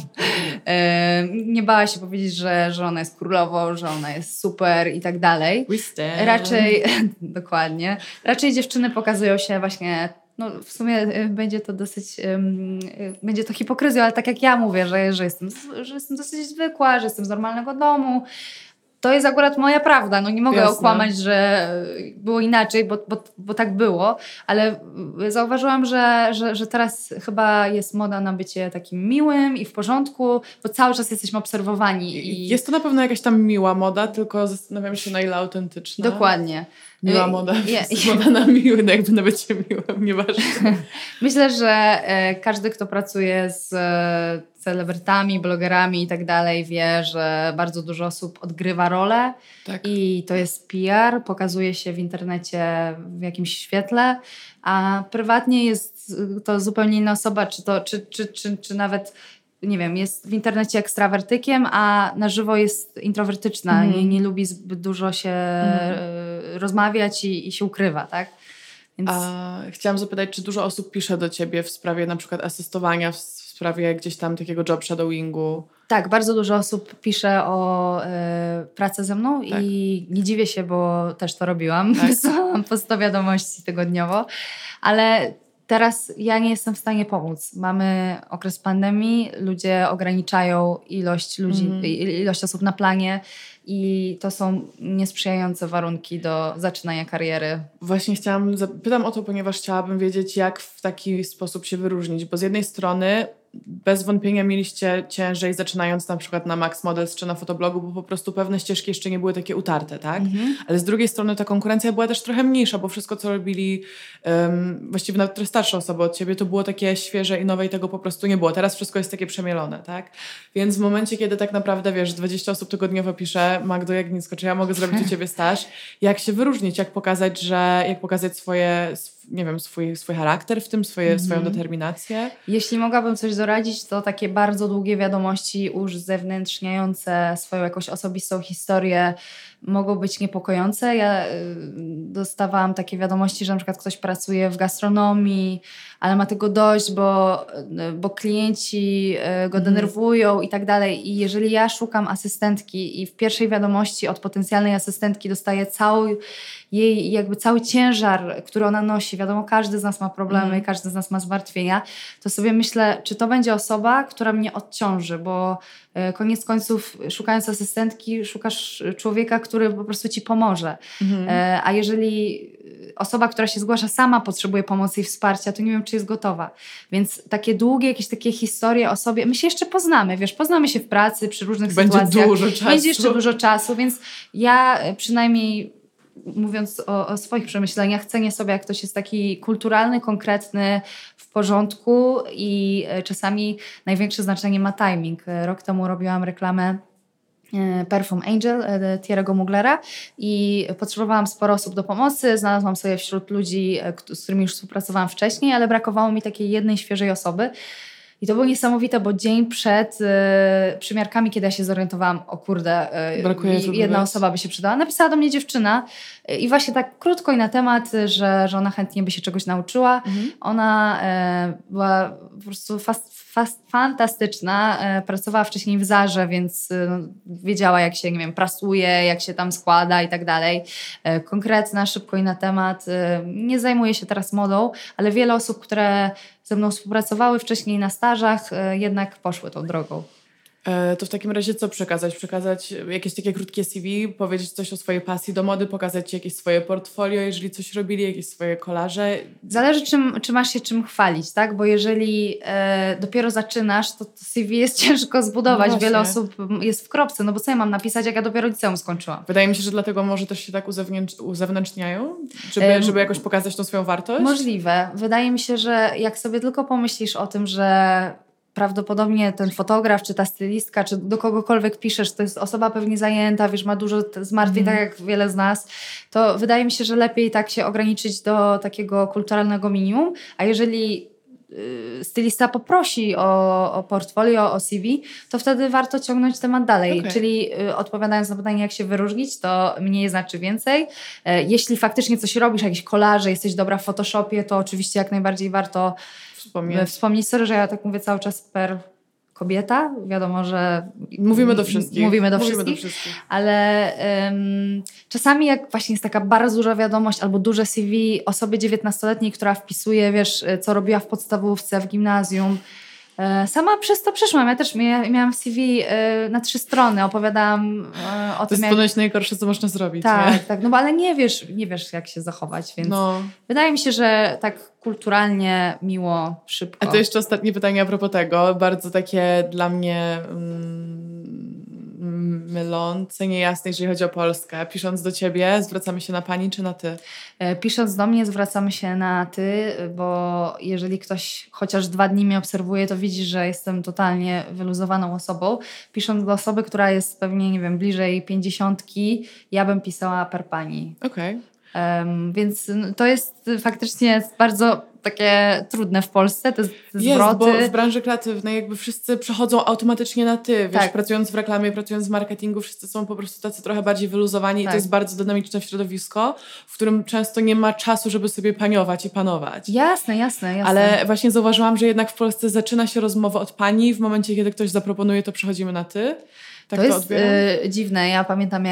nie bała się powiedzieć, że ona jest królową, że ona jest super i tak dalej. Raczej, dokładnie, raczej dziewczyny pokazują się właśnie... No w sumie będzie to dosyć, będzie to hipokryzją, ale tak jak ja mówię, że jestem dosyć zwykła, że jestem z normalnego domu. To jest akurat moja prawda. No nie mogę okłamać, że było inaczej, bo tak było, ale zauważyłam, że teraz chyba jest moda na bycie takim miłym i w porządku, bo cały czas jesteśmy obserwowani. Jest to na pewno jakaś tam miła moda, tylko zastanawiam się, na ile autentyczna. Dokładnie. Miła moda, moda na miły, no jakby na bycie miłym, nieważne. Myślę, że każdy, kto pracuje z celebrytami, blogerami i tak dalej, wie, że bardzo dużo osób odgrywa rolę i to jest PR, pokazuje się w internecie w jakimś świetle, a prywatnie jest to zupełnie inna osoba, czy nawet... nie wiem, jest w internecie ekstrawertykiem, a na żywo jest introwertyczna. Nie lubi zbyt dużo się rozmawiać i się ukrywa, tak? Więc... Chciałam zapytać, czy dużo osób pisze do ciebie w sprawie na przykład asystowania, w sprawie gdzieś tam takiego job shadowingu? Tak, bardzo dużo osób pisze o pracę ze mną i nie dziwię się, bo też to robiłam. Wysłałam po 100 wiadomości tygodniowo, ale teraz ja nie jestem w stanie pomóc. Mamy okres pandemii, ludzie ograniczają ilość ludzi, ilość osób na planie i to są niesprzyjające warunki do zaczynania kariery. Właśnie pytam o to, ponieważ chciałabym wiedzieć, jak w taki sposób się wyróżnić, bo z jednej strony bez wątpienia mieliście ciężej zaczynając na przykład na Max Models czy na fotoblogu, bo po prostu pewne ścieżki jeszcze nie były takie utarte, tak? Ale z drugiej strony ta konkurencja była też trochę mniejsza, bo wszystko, co robili właściwie nawet trochę starsze osoby od ciebie, to było takie świeże i nowe i tego po prostu nie było. Teraz wszystko jest takie przemielone, tak? Więc w momencie, kiedy tak naprawdę, wiesz, 20 osób tygodniowo pisze, Magdo Jagnińsko, czy ja mogę zrobić u ciebie staż? Jak się wyróżnić? Jak pokazać swój charakter w tym, swoją determinację? Jeśli mogłabym coś doradzić, to takie bardzo długie wiadomości uzewnętrzniające swoją jakąś osobistą historię mogą być niepokojące. Ja dostawałam takie wiadomości, że na przykład ktoś pracuje w gastronomii, ale ma tego dość, bo klienci go denerwują i tak dalej. I jeżeli ja szukam asystentki i w pierwszej wiadomości od potencjalnej asystentki dostaję cały ciężar, który ona nosi, wiadomo, każdy z nas ma problemy, każdy z nas ma zmartwienia, to sobie myślę, czy to będzie osoba, która mnie odciąży, bo koniec końców szukając asystentki, szukasz człowieka, który po prostu ci pomoże. A jeżeli osoba, która się zgłasza, sama potrzebuje pomocy i wsparcia, to nie wiem, czy jest gotowa. Więc takie długie, jakieś takie historie o sobie, my się jeszcze poznamy, wiesz, poznamy się w pracy, przy różnych sytuacjach. Będzie jeszcze dużo czasu, więc ja przynajmniej mówiąc o swoich przemyśleniach, cenię sobie, jak ktoś jest taki kulturalny, konkretny, w porządku i czasami największe znaczenie ma timing. Rok temu robiłam reklamę Perfume Angel Thierry'ego Muglera i potrzebowałam sporo osób do pomocy. Znalazłam sobie wśród ludzi, z którymi już współpracowałam wcześniej, ale brakowało mi takiej jednej świeżej osoby. I to było niesamowite, bo dzień przed przymiarkami, kiedy ja się zorientowałam, o kurde, jedna osoba by się przydała, napisała do mnie dziewczyna i właśnie tak krótko i na temat, że ona chętnie by się czegoś nauczyła. Ona była po prostu fantastyczna. Pracowała wcześniej w Zarze, więc wiedziała, jak się, nie wiem, prasuje, jak się tam składa i tak dalej. Konkretna, szybko i na temat. Nie zajmuje się teraz modą, ale wiele osób, które ze mną współpracowały wcześniej na stażach, jednak poszły tą drogą. To w takim razie co przekazać? Przekazać jakieś takie krótkie CV, powiedzieć coś o swojej pasji do mody, pokazać ci jakieś swoje portfolio, jeżeli coś robili, jakieś swoje kolaże? Zależy, czy masz się czym chwalić, tak? Bo jeżeli dopiero zaczynasz, to CV jest ciężko zbudować. No wiele osób jest w kropce, no bo co ja mam napisać, jak ja dopiero liceum skończyłam? Wydaje mi się, że dlatego może też się tak uzewnętrzniają, żeby jakoś pokazać tą swoją wartość? Możliwe. Wydaje mi się, że jak sobie tylko pomyślisz o tym, że prawdopodobnie ten fotograf, czy ta stylistka, czy do kogokolwiek piszesz, to jest osoba pewnie zajęta, wiesz, ma dużo zmartwień, tak jak wiele z nas, to wydaje mi się, że lepiej tak się ograniczyć do takiego kulturalnego minimum, a jeżeli stylista poprosi o portfolio, o CV, to wtedy warto ciągnąć temat dalej. Okay. Czyli odpowiadając na pytanie, jak się wyróżnić, to mniej znaczy więcej. Jeśli faktycznie coś robisz, jakieś kolaże, jesteś dobra w Photoshopie, to oczywiście jak najbardziej warto wspomnieć. Sorry, że ja tak mówię cały czas per kobieta. Wiadomo, że mówimy do wszystkich. Mówimy do wszystkich. Ale czasami jak właśnie jest taka bardzo duża wiadomość albo duże CV osoby 19-letniej, która wpisuje, wiesz, co robiła w podstawówce, w gimnazjum. Sama przez to przeszłam. Ja też miałam CV na 3 strony. Opowiadałam o tym, to jest ponoć najgorsze, co można zrobić. Tak, nie? tak. No bo ale nie wiesz, jak się zachować, więc wydaje mi się, że tak kulturalnie, miło, szybko. A to jeszcze ostatnie pytanie a propos tego. Bardzo takie dla mnie mylące, niejasne, jeżeli chodzi o Polskę. Pisząc do ciebie, zwracamy się na pani czy na ty? Pisząc do mnie, zwracamy się na ty, bo jeżeli ktoś chociaż 2 dni mnie obserwuje, to widzi, że jestem totalnie wyluzowaną osobą. Pisząc do osoby, która jest pewnie, nie wiem, bliżej 50, ja bym pisała per pani. Okej. Więc to jest faktycznie bardzo takie trudne w Polsce, te zwroty. Jest, bo w branży kreatywnej jakby wszyscy przechodzą automatycznie na ty, wiesz, pracując w reklamie, pracując w marketingu, wszyscy są po prostu tacy trochę bardziej wyluzowani i to jest bardzo dynamiczne środowisko, w którym często nie ma czasu, żeby sobie paniować i panować. Jasne. Ale właśnie zauważyłam, że jednak w Polsce zaczyna się rozmowa od pani, w momencie, kiedy ktoś zaproponuje, to przechodzimy na ty. Tak to jest dziwne. Ja pamiętam,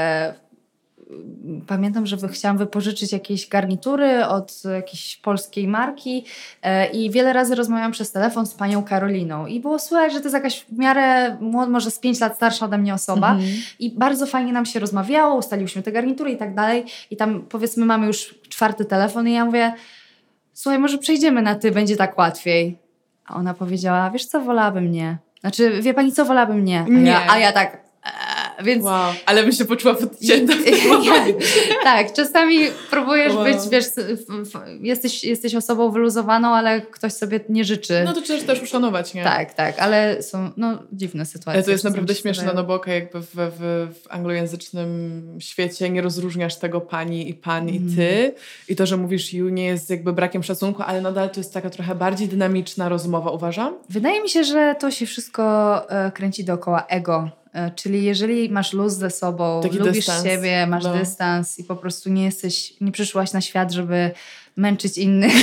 Pamiętam, że chciałam wypożyczyć jakieś garnitury od jakiejś polskiej marki i wiele razy rozmawiałam przez telefon z panią Karoliną i było słychać, że to jest jakaś w miarę może z 5 lat starsza ode mnie osoba i bardzo fajnie nam się rozmawiało, ustaliłyśmy te garnitury i tak dalej i tam powiedzmy mamy już 4. telefon i ja mówię, słuchaj, może przejdziemy na ty, będzie tak łatwiej. A ona powiedziała, wiesz co, wolałabym nie. Znaczy, wie pani co, wolałabym nie. A ja tak... Więc... Wow, ale bym się poczuła podcięta. Tak, czasami próbujesz być, wiesz, jesteś osobą wyluzowaną, ale ktoś sobie nie życzy. No to trzeba też uszanować, nie? Tak, ale są dziwne sytuacje. Ale to jest naprawdę śmieszne, no bo jakby w anglojęzycznym świecie nie rozróżniasz tego pani i pan i ty. I to, że mówisz you nie jest jakby brakiem szacunku, ale nadal to jest taka trochę bardziej dynamiczna rozmowa, uważam. Wydaje mi się, że to się wszystko kręci dookoła ego. Czyli jeżeli masz luz ze sobą, taki lubisz siebie, masz dystans i po prostu nie przyszłaś na świat, żeby męczyć innych,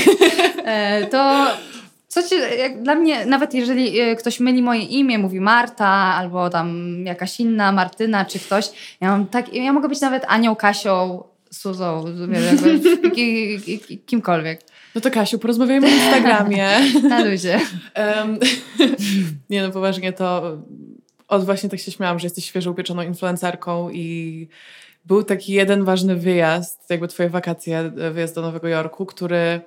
to dla mnie, nawet jeżeli ktoś myli moje imię, mówi Marta albo tam jakaś inna Martyna czy ktoś, ja mogę być nawet Anią, Kasią, Suzą, kimkolwiek. No to Kasiu, porozmawiajmy o Instagramie. Na luzie. Nie no, poważnie to... Właśnie tak się śmiałam, że jesteś świeżo upieczoną influencerką i był taki jeden ważny wyjazd, jakby twoje wakacje, wyjazd do Nowego Jorku, który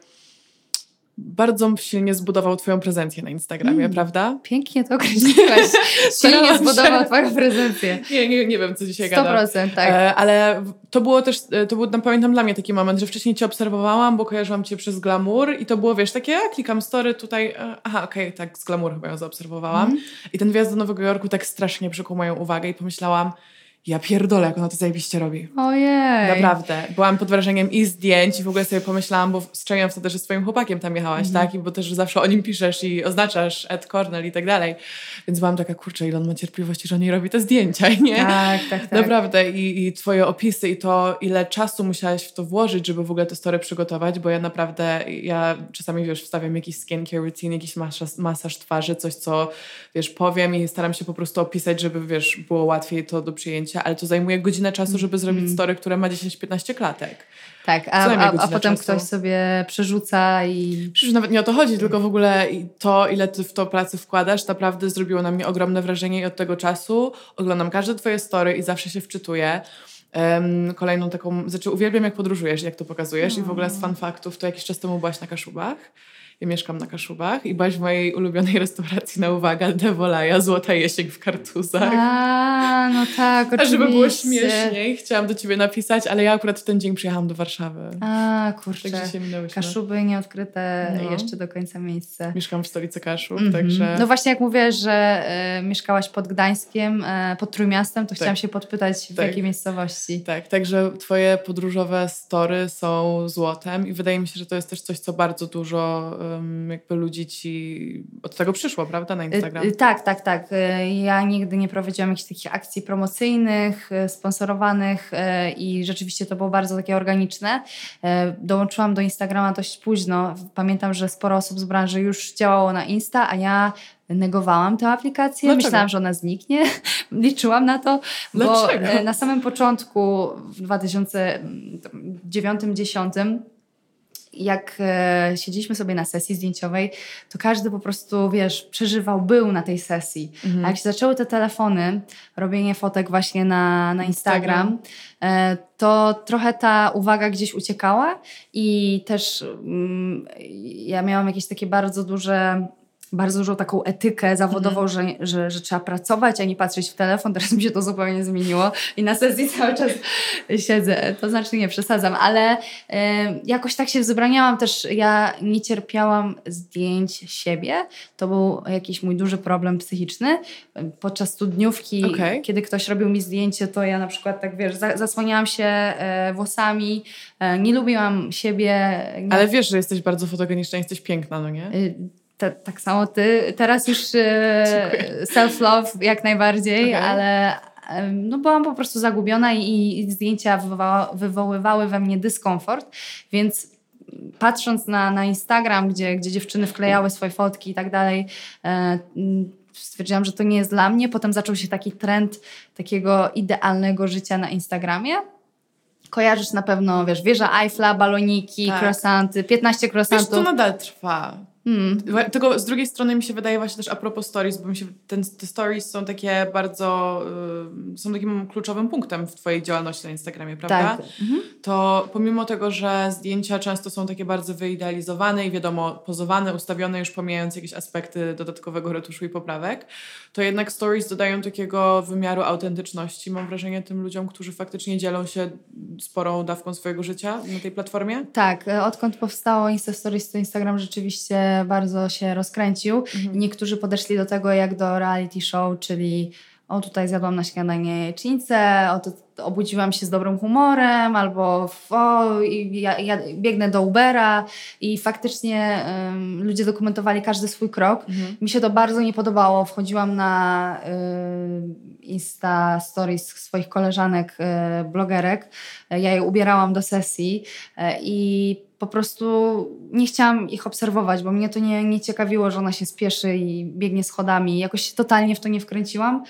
bardzo silnie zbudował twoją prezencję na Instagramie, prawda? Pięknie to określiłaś. Silnie zbudował twoją prezencję. Nie wiem, co dzisiaj gadam. 100%, tak. Ale to był, pamiętam dla mnie taki moment, że wcześniej cię obserwowałam, bo kojarzyłam cię przez glamour i to było, wiesz, takie, klikam story tutaj, tak, z glamour chyba ją zaobserwowałam. I ten wyjazd do Nowego Jorku tak strasznie przykuł moją uwagę i pomyślałam, ja pierdolę, jak ona to zajebiście robi. Ojej. Naprawdę. Byłam pod wrażeniem i zdjęć i w ogóle sobie pomyślałam, bo strzeliłam wtedy, że z twoim chłopakiem tam jechałaś, tak? I bo też zawsze o nim piszesz i oznaczasz Ed Cornell i tak dalej. Więc byłam taka, kurczę, ile on ma cierpliwości, że on jej robi te zdjęcia, nie? Tak. Naprawdę. I twoje opisy i to, ile czasu musiałaś w to włożyć, żeby w ogóle te story przygotować, bo ja czasami, wiesz, wstawiam jakiś skincare routine, jakiś masaż twarzy, coś, co, wiesz, powiem i staram się po prostu opisać, żeby, wiesz, było łatwiej to do przyjęcia, ale to zajmuje godzinę czasu, żeby zrobić story, które ma 10-15 klatek. Tak, a potem czasu. Ktoś sobie przerzuca i... Przecież nawet nie o to chodzi, tylko w ogóle to, ile ty w to pracy wkładasz, naprawdę zrobiło na mnie ogromne wrażenie i od tego czasu oglądam każde twoje story i zawsze się wczytuję. Kolejną taką... uwielbiam, jak podróżujesz, jak to pokazujesz i w ogóle z fun faktów, to jakiś czas temu byłaś na Kaszubach. Ja mieszkam na Kaszubach i byłaś w mojej ulubionej restauracji na uwaga Devolaja, Złota Jesień w Kartuzach. No tak, oczywiście. A żeby było śmieszniej, chciałam do ciebie napisać, ale ja akurat w ten dzień przyjechałam do Warszawy. Kurczę. Także się minęłyśmy. Kaszuby nieodkryte jeszcze do końca miejsce. Mieszkam w stolicy Kaszub, także... No właśnie jak mówię, że mieszkałaś pod Gdańskiem, pod Trójmiastem, to chciałam się podpytać, w jakiej miejscowości. Tak, także twoje podróżowe story są złotem i wydaje mi się, że to jest też coś, co bardzo dużo jakby ludzi ci od tego przyszło, prawda, na Instagram? Tak. Ja nigdy nie prowadziłam jakichś takich akcji promocyjnych, sponsorowanych i rzeczywiście to było bardzo takie organiczne. Dołączyłam do Instagrama dość późno. Pamiętam, że sporo osób z branży już działało na Insta, a ja negowałam tę aplikację. Dlaczego? Myślałam, że ona zniknie. Liczyłam na to. Dlaczego? Bo na samym początku w 2009-2010 jak siedzieliśmy sobie na sesji zdjęciowej, to każdy po prostu, wiesz, był na tej sesji. A jak się zaczęły te telefony, robienie fotek właśnie na Instagram, to trochę ta uwaga gdzieś uciekała i też ja miałam jakieś takie bardzo dużą taką etykę zawodową, że trzeba pracować, a nie patrzeć w telefon. Teraz mi się to zupełnie zmieniło i na sesji cały czas siedzę. To znaczy nie przesadzam, ale jakoś tak się wzbraniałam też. Ja nie cierpiałam zdjęć siebie. To był jakiś mój duży problem psychiczny. Podczas studniówki, kiedy ktoś robił mi zdjęcie, to ja na przykład tak, wiesz, zasłaniałam się włosami. Nie lubiłam siebie. Ale wiesz, że jesteś bardzo fotogeniczna, jesteś piękna, no nie? Tak samo ty. Teraz już self-love jak najbardziej, ale byłam po prostu zagubiona i zdjęcia wywoływały we mnie dyskomfort, więc patrząc na Instagram, gdzie dziewczyny wklejały swoje fotki i tak dalej, stwierdziłam, że to nie jest dla mnie. Potem zaczął się taki trend takiego idealnego życia na Instagramie. Kojarzysz na pewno, wiesz, wieża Eiffla, baloniki, croissanty, 15 croissantów. Wiesz, to nadal trwa. Tylko z drugiej strony mi się wydaje właśnie też a propos stories, bo te stories są takie bardzo, są takim kluczowym punktem w twojej działalności na Instagramie, prawda? Tak. To pomimo tego, że zdjęcia często są takie bardzo wyidealizowane i wiadomo, pozowane, ustawione, już pomijając jakieś aspekty dodatkowego retuszu i poprawek, to jednak stories dodają takiego wymiaru autentyczności, mam wrażenie, tym ludziom, którzy faktycznie dzielą się sporą dawką swojego życia na tej platformie. Tak, odkąd powstało Insta Stories, to Instagram rzeczywiście bardzo się rozkręcił. Niektórzy podeszli do tego jak do reality show, czyli tutaj zjadłam na śniadanie jajecznicę, obudziłam się z dobrym humorem, albo ja biegnę do Ubera i faktycznie ludzie dokumentowali każdy swój krok. Mi się to bardzo nie podobało. Wchodziłam na Insta Stories swoich koleżanek, blogerek. Ja je ubierałam do sesji i po prostu nie chciałam ich obserwować, bo mnie to nie ciekawiło, że ona się spieszy i biegnie schodami. Jakoś się totalnie w to nie wkręciłam.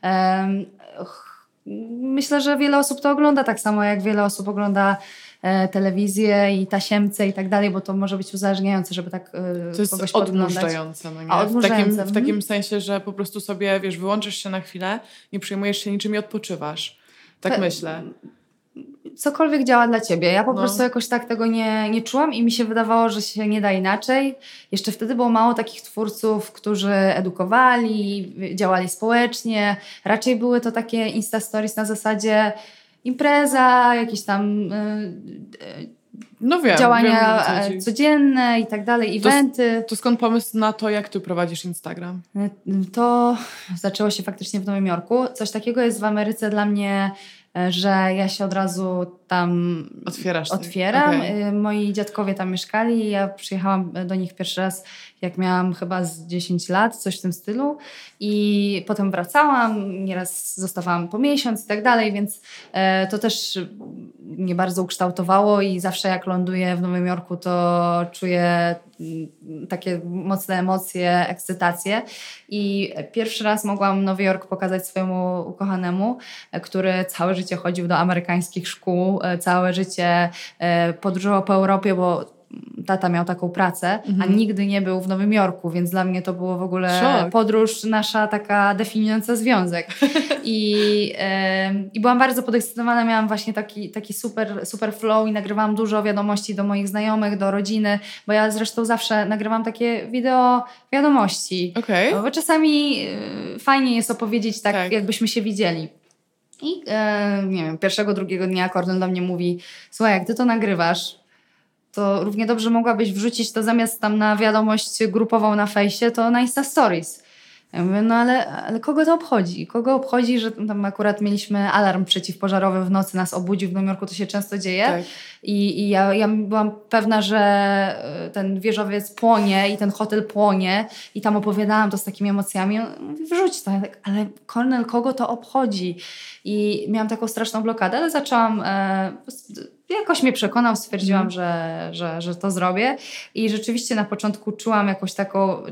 Myślę, że wiele osób to ogląda tak samo, jak wiele osób ogląda telewizję i tasiemce i tak dalej, bo to może być uzależniające, żeby tak kogoś podglądać. To jest odmurzające, no nie? Odmurzające. W takim sensie, że po prostu sobie, wiesz, wyłączysz się na chwilę, nie przejmujesz się niczym i odpoczywasz. Tak myślę. cokolwiek działa dla ciebie. Ja po prostu jakoś tak tego nie czułam i mi się wydawało, że się nie da inaczej. Jeszcze wtedy było mało takich twórców, którzy edukowali, działali społecznie. Raczej były to takie Insta Stories na zasadzie impreza, jakieś tam działania codzienne i tak dalej, eventy. To skąd pomysł na to, jak ty prowadzisz Instagram? To zaczęło się faktycznie w Nowym Jorku. Coś takiego jest w Ameryce dla mnie, że ja się od razu tam otwieram. Okay. Moi dziadkowie tam mieszkali i ja przyjechałam do nich pierwszy raz, jak miałam chyba z 10 lat, coś w tym stylu. I potem wracałam, nieraz zostawałam po miesiąc i tak dalej, więc to też mnie bardzo ukształtowało i zawsze jak ląduję w Nowym Jorku, to czuję takie mocne emocje, ekscytację. I pierwszy raz mogłam Nowy Jork pokazać swojemu ukochanemu, który całe życie chodził do amerykańskich szkół, całe życie podróżował po Europie, bo tata miał taką pracę, a nigdy nie był w Nowym Jorku, więc dla mnie to było w ogóle podróż nasza taka definiująca związek. I byłam bardzo podekscytowana, miałam właśnie taki super flow i nagrywałam dużo wiadomości do moich znajomych, do rodziny, bo ja zresztą zawsze nagrywam takie wideo wiadomości. Okay. Bo czasami fajnie jest opowiedzieć tak, jakbyśmy się widzieli. I nie wiem, pierwszego, drugiego dnia Kornel do mnie mówi: słuchaj, jak ty to nagrywasz, to równie dobrze mogłabyś wrzucić to zamiast tam na wiadomość grupową na fejsie, to na Insta Stories. Ja mówię, no ale kogo to obchodzi? Kogo obchodzi, że tam akurat mieliśmy alarm przeciwpożarowy w nocy, nas obudził, w Nowym Jorku to się często dzieje. Tak. I ja byłam pewna, że ten wieżowiec płonie i ten hotel płonie i tam opowiadałam to z takimi emocjami. Mówię, wrzuć to. Ja tak, ale Kornel, kogo to obchodzi? I miałam taką straszną blokadę, ale zaczęłam... jakoś mnie przekonał, stwierdziłam, że to zrobię. I rzeczywiście na początku czułam jakąś taką...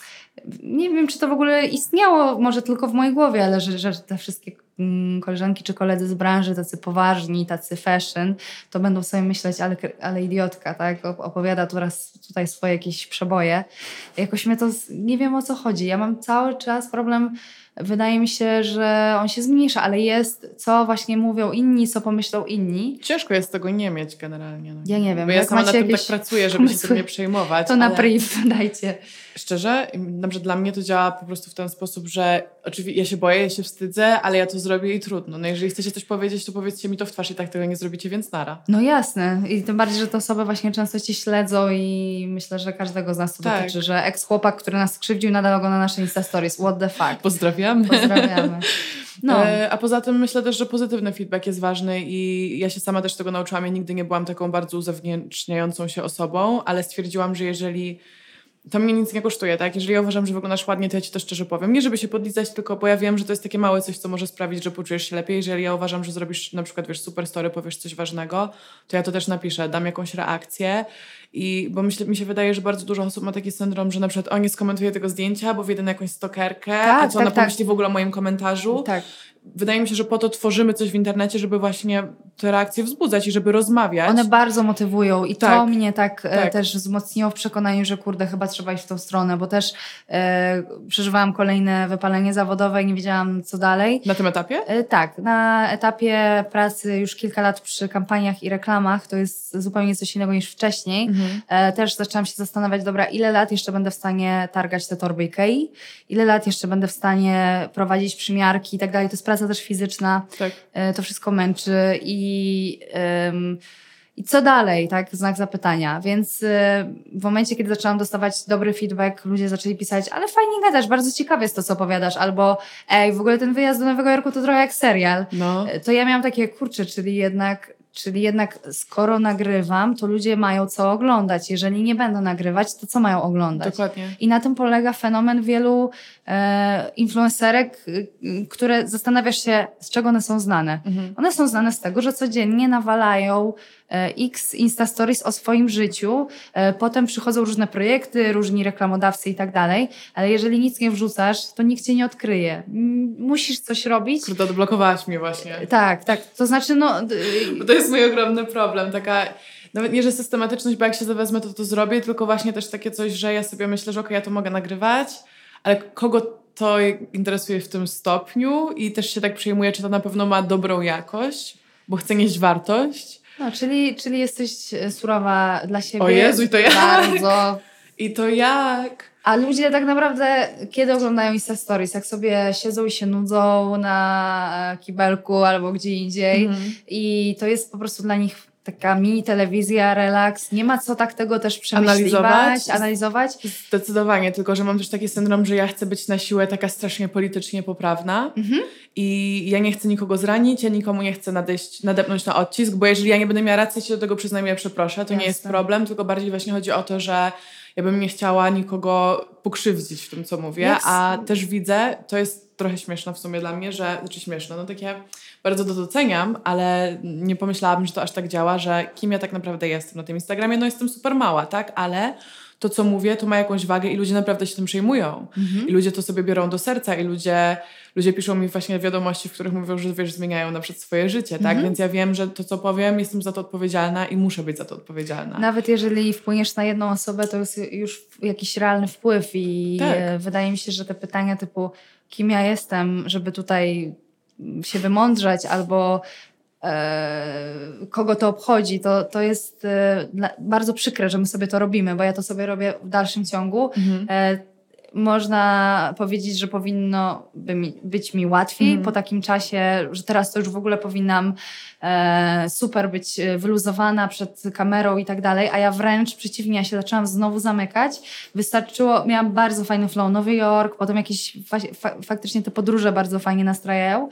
Nie wiem, czy to w ogóle istniało, może tylko w mojej głowie, ale że te wszystkie koleżanki czy koledzy z branży, tacy poważni, tacy fashion, to będą sobie myśleć, ale idiotka, tak? Opowiada tutaj swoje jakieś przeboje. Jakoś mnie to... Nie wiem, o co chodzi. Ja mam cały czas problem... Wydaje mi się, że on się zmniejsza, ale jest, co właśnie mówią inni, co pomyślą inni. Ciężko jest tego nie mieć generalnie. No. Ja nie wiem. Bo ja sama na tym tak pracuję, żeby się tym nie przejmować. To na brief dajcie. Szczerze, na przykład dla mnie to działa po prostu w ten sposób, że oczywiście ja się boję, ja się wstydzę, ale ja to zrobię i trudno. No jeżeli chcecie coś powiedzieć, to powiedzcie mi to w twarz i tak tego nie zrobicie, więc nara. No jasne. I tym bardziej, że te osoby właśnie często cię śledzą i myślę, że każdego z nas to dotyczy, że ex-chłopak, który nas skrzywdził, nadal go na nasze Insta Stories. What the fuck. Pozdrawiamy. No. A poza tym myślę też, że pozytywny feedback jest ważny i ja się sama też tego nauczyłam. Ja nigdy nie byłam taką bardzo uzewnętrzniającą się osobą, ale stwierdziłam, że jeżeli... To mnie nic nie kosztuje, tak? Jeżeli ja uważam, że wyglądasz ładnie, to ja ci to szczerze powiem. Nie żeby się podlizać, tylko bo ja wiem, że to jest takie małe coś, co może sprawić, że poczujesz się lepiej. Jeżeli ja uważam, że zrobisz na przykład, super story, powiesz coś ważnego, to ja to też napiszę, dam jakąś reakcję. Bo mi się wydaje, że bardzo dużo osób ma taki syndrom, że na przykład nie skomentuje tego zdjęcia, bo wjedę na jakąś stalkerkę, a co ona pomyśli w ogóle o moim komentarzu. Tak. Wydaje mi się, że po to tworzymy coś w internecie, żeby właśnie te reakcje wzbudzać i żeby rozmawiać. One bardzo motywują i to mnie też wzmocniło w przekonaniu, że kurde, chyba trzeba iść w tą stronę, bo też przeżywałam kolejne wypalenie zawodowe i nie wiedziałam, co dalej. Na tym etapie? Tak, na etapie pracy już kilka lat przy kampaniach i reklamach, to jest zupełnie coś innego niż wcześniej. Też zaczęłam się zastanawiać, dobra, ile lat jeszcze będę w stanie targać te torby Ikei, ile lat jeszcze będę w stanie prowadzić przymiarki i tak dalej. To jest praca też fizyczna, to wszystko męczy i co dalej, tak? Znak zapytania. Więc w momencie, kiedy zaczęłam dostawać dobry feedback, ludzie zaczęli pisać, ale fajnie gadasz, bardzo ciekawe jest to, co opowiadasz, albo w ogóle ten wyjazd do Nowego Jorku to trochę jak serial. No. To ja miałam takie, kurczę, czyli jednak skoro nagrywam, to ludzie mają co oglądać. Jeżeli nie będą nagrywać, to co mają oglądać? Dokładnie. I na tym polega fenomen wielu influencerek, które zastanawiasz się, z czego one są znane. One są znane z tego, że codziennie nawalają x Insta Stories o swoim życiu, potem przychodzą różne projekty, różni reklamodawcy i tak dalej, ale jeżeli nic nie wrzucasz, to nikt cię nie odkryje. Musisz coś robić. Kurde, odblokowałaś mnie właśnie. Tak. To znaczy, Bo to jest mój ogromny problem, taka... Nawet nie, że systematyczność, bo jak się zawezmę, to zrobię, tylko właśnie też takie coś, że ja sobie myślę, że okej, ja to mogę nagrywać, ale kogo to interesuje w tym stopniu i też się tak przejmuję, czy to na pewno ma dobrą jakość, bo chcę nieść wartość. No, czyli jesteś surowa dla siebie. O Jezu, i to jak? Bardzo. I to jak? A ludzie tak naprawdę, kiedy oglądają Insta Stories, jak sobie siedzą i się nudzą na kibelku albo gdzie indziej i to jest po prostu dla nich taka mini telewizja, relaks. Nie ma co tak tego też analizować. Zdecydowanie, tylko że mam też taki syndrom, że ja chcę być na siłę taka strasznie politycznie poprawna i ja nie chcę nikogo zranić, ja nikomu nie chcę nadepnąć na odcisk, bo jeżeli ja nie będę miała racji, się do tego przynajmniej przeproszę, to nie jest problem, tylko bardziej właśnie chodzi o to, że ja bym nie chciała nikogo pokrzywdzić w tym, co mówię, a też widzę, to jest trochę śmieszne w sumie dla mnie, śmieszne, no takie bardzo to doceniam, ale nie pomyślałabym, że to aż tak działa, że kim ja tak naprawdę jestem na tym Instagramie, no jestem super mała, tak, ale to, co mówię, to ma jakąś wagę i ludzie naprawdę się tym przejmują. I ludzie to sobie biorą do serca i ludzie piszą mi właśnie wiadomości, w których mówią, że zmieniają na przykład swoje życie, tak? Więc ja wiem, że to, co powiem, jestem za to odpowiedzialna i muszę być za to odpowiedzialna. Nawet jeżeli wpłyniesz na jedną osobę, to jest już jakiś realny wpływ i wydaje mi się, że te pytania typu kim ja jestem, żeby tutaj się wymądrzeć albo kogo to obchodzi, to jest bardzo przykre, że my sobie to robimy, bo ja to sobie robię w dalszym ciągu. Można powiedzieć, że powinno być mi łatwiej po takim czasie, że teraz to już w ogóle powinnam super być wyluzowana przed kamerą i tak dalej, a ja wręcz przeciwnie, ja się zaczęłam znowu zamykać. Wystarczyło, miałam bardzo fajny flow, Nowy Jork, potem jakieś faktycznie te podróże bardzo fajnie nastrajają.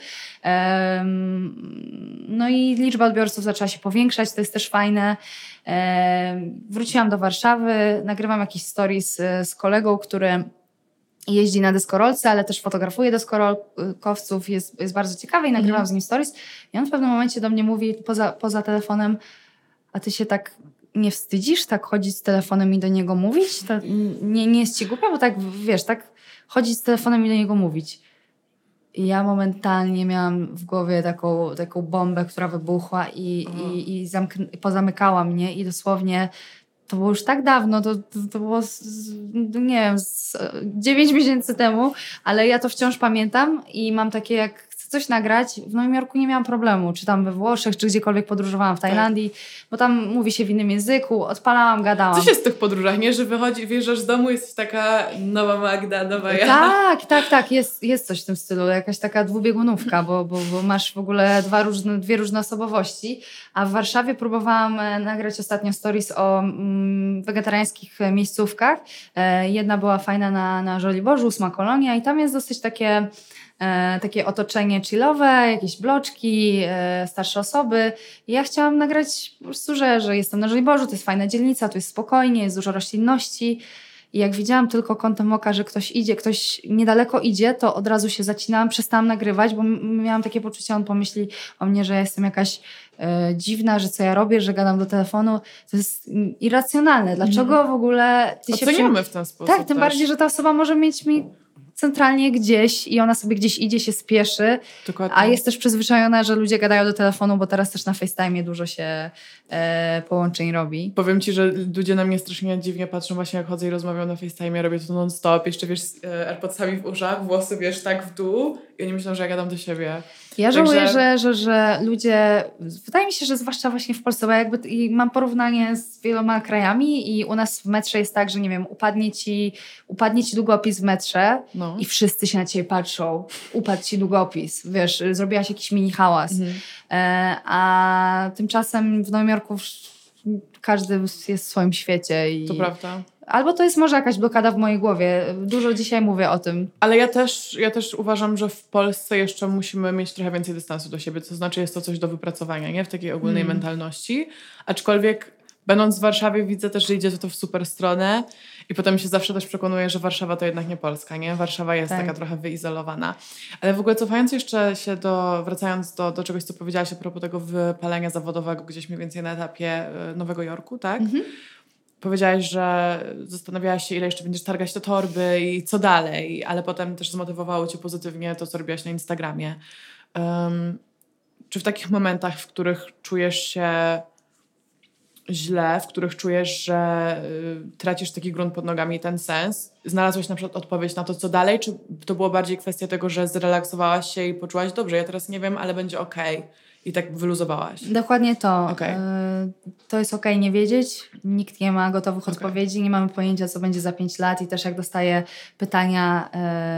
No i liczba odbiorców zaczęła się powiększać, to jest też fajne. Wróciłam do Warszawy, nagrywam jakiś stories z kolegą, który jeździ na deskorolce, ale też fotografuje deskorolkowców, jest bardzo ciekawy i nagrywam z nim stories. I on w pewnym momencie do mnie mówi poza telefonem, a ty się tak nie wstydzisz tak chodzić z telefonem i do niego mówić? To nie jest ci głupio? Bo tak, wiesz, tak chodzić z telefonem i do niego mówić. I ja momentalnie miałam w głowie taką bombę, która wybuchła i pozamykała mnie i dosłownie to było już tak dawno, to było, nie wiem, 9 miesięcy temu, ale ja to wciąż pamiętam i mam takie, jak chcę coś nagrać, w Nowym Jorku nie miałam problemu, czy tam we Włoszech, czy gdziekolwiek podróżowałam, w Tajlandii, bo tam mówi się w innym języku, odpalałam, gadałam. Coś jest w tych podróżach, nie? Że wyjeżdżasz z domu, jesteś taka nowa Magda, nowa ja. Tak, jest coś w tym stylu, jakaś taka dwubiegunówka, bo masz w ogóle dwie różne osobowości, a w Warszawie próbowałam nagrać ostatnio stories o wegetariańskich miejscówkach. Jedna była fajna na Żoliborzu, 8 Kolonia i tam jest dosyć takie otoczenie chillowe, jakieś bloczki, starsze osoby. I ja chciałam nagrać po prostu, że jestem na Żoliborzu, to jest fajna dzielnica, tu jest spokojnie, jest dużo roślinności. I jak widziałam tylko kątem oka, że ktoś niedaleko idzie, to od razu się zacinałam, przestałam nagrywać, bo miałam takie poczucie, on pomyśli o mnie, że jestem jakaś dziwna, że co ja robię, że gadam do telefonu. To jest irracjonalne. Dlaczego w ogóle ty się... Oceniamy w ten sposób. Tak, tym bardziej, że ta osoba może mieć mi centralnie gdzieś i ona sobie gdzieś idzie, się spieszy, dokładnie. A jest też przyzwyczajona, że ludzie gadają do telefonu, bo teraz też na FaceTime dużo się połączeń robi. Powiem ci, że ludzie na mnie strasznie dziwnie patrzą właśnie jak chodzę i rozmawiam na FaceTime, robię to non-stop, jeszcze wiesz, z AirPodsami w uszach, włosy wiesz tak w dół i oni myślą, że ja gadam do siebie. Ja żałuję, że ludzie, wydaje mi się, że zwłaszcza właśnie w Polsce, bo i mam porównanie z wieloma krajami i u nas w metrze jest tak, że nie wiem, upadnie ci długopis w metrze i wszyscy się na ciebie patrzą. Upadł ci długopis, wiesz, zrobiłaś jakiś mini hałas. A tymczasem w Nowym Jorku każdy jest w swoim świecie. To prawda. Albo to jest może jakaś blokada w mojej głowie. Dużo dzisiaj mówię o tym. Ale ja też uważam, że w Polsce jeszcze musimy mieć trochę więcej dystansu do siebie. To znaczy jest to coś do wypracowania, nie? W takiej ogólnej mentalności. Aczkolwiek będąc w Warszawie widzę też, że idzie to w super stronę i potem się zawsze też przekonuję, że Warszawa to jednak nie Polska, nie? Warszawa jest taka trochę wyizolowana. Ale w ogóle cofając jeszcze się wracając do czegoś, co powiedziałaś a propos tego wypalenia zawodowego gdzieś mniej więcej na etapie Nowego Jorku, tak? Powiedziałaś, że zastanawiałaś się, ile jeszcze będziesz targać te torby i co dalej, ale potem też zmotywowało cię pozytywnie to, co robiłaś na Instagramie. Czy w takich momentach, w których czujesz się źle, w których czujesz, że tracisz taki grunt pod nogami i ten sens, znalazłaś na przykład odpowiedź na to, co dalej? Czy to było bardziej kwestia tego, że zrelaksowałaś się i poczułaś, dobrze, ja teraz nie wiem, ale będzie okej. i tak wyluzowałaś. Dokładnie to. Okay. To jest okej nie wiedzieć. Nikt nie ma gotowych odpowiedzi. Nie mamy pojęcia, co będzie za 5 lat. I też jak dostaję pytania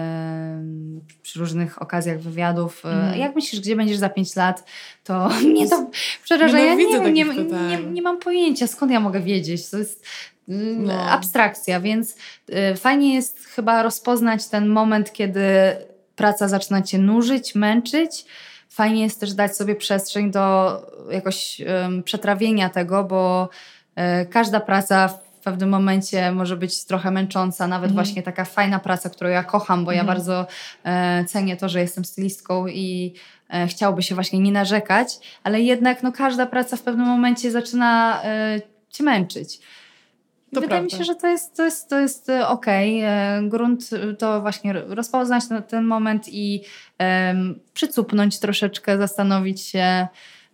przy różnych okazjach wywiadów, jak myślisz, gdzie będziesz za 5 lat, to mnie to przeraża. Ja nie mam pojęcia, skąd ja mogę wiedzieć. To jest abstrakcja, więc fajnie jest chyba rozpoznać ten moment, kiedy praca zaczyna cię nużyć, męczyć. Fajnie jest też dać sobie przestrzeń do jakoś przetrawienia tego, bo każda praca w pewnym momencie może być trochę męcząca. Nawet właśnie taka fajna praca, którą ja kocham, bo ja bardzo cenię to, że jestem stylistką i chciałoby się właśnie nie narzekać, ale jednak każda praca w pewnym momencie zaczyna cię męczyć. Wydaje mi się, że to jest okej. Grunt to właśnie rozpoznać ten moment i przycupnąć troszeczkę, zastanowić się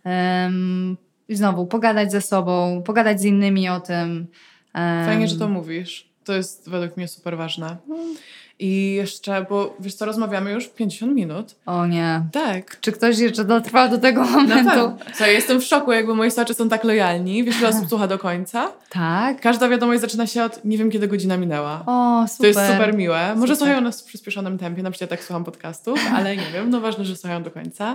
i znowu pogadać ze sobą, pogadać z innymi o tym. Fajnie, że to mówisz. To jest według mnie super ważne. I jeszcze, bo wiesz co, rozmawiamy już 50 minut. O nie. Tak. Czy ktoś jeszcze dotrwał do tego momentu? Ja jestem w szoku, jakby moi słuchacze są tak lojalni. Wiesz, ile osób słucha do końca? Tak. Każda wiadomość zaczyna się od nie wiem, kiedy godzina minęła. O, super. To jest super miłe. Może słuchają nas w przyspieszonym tempie, na przykład tak słucham podcastów, ale nie wiem, ważne, że słuchają do końca.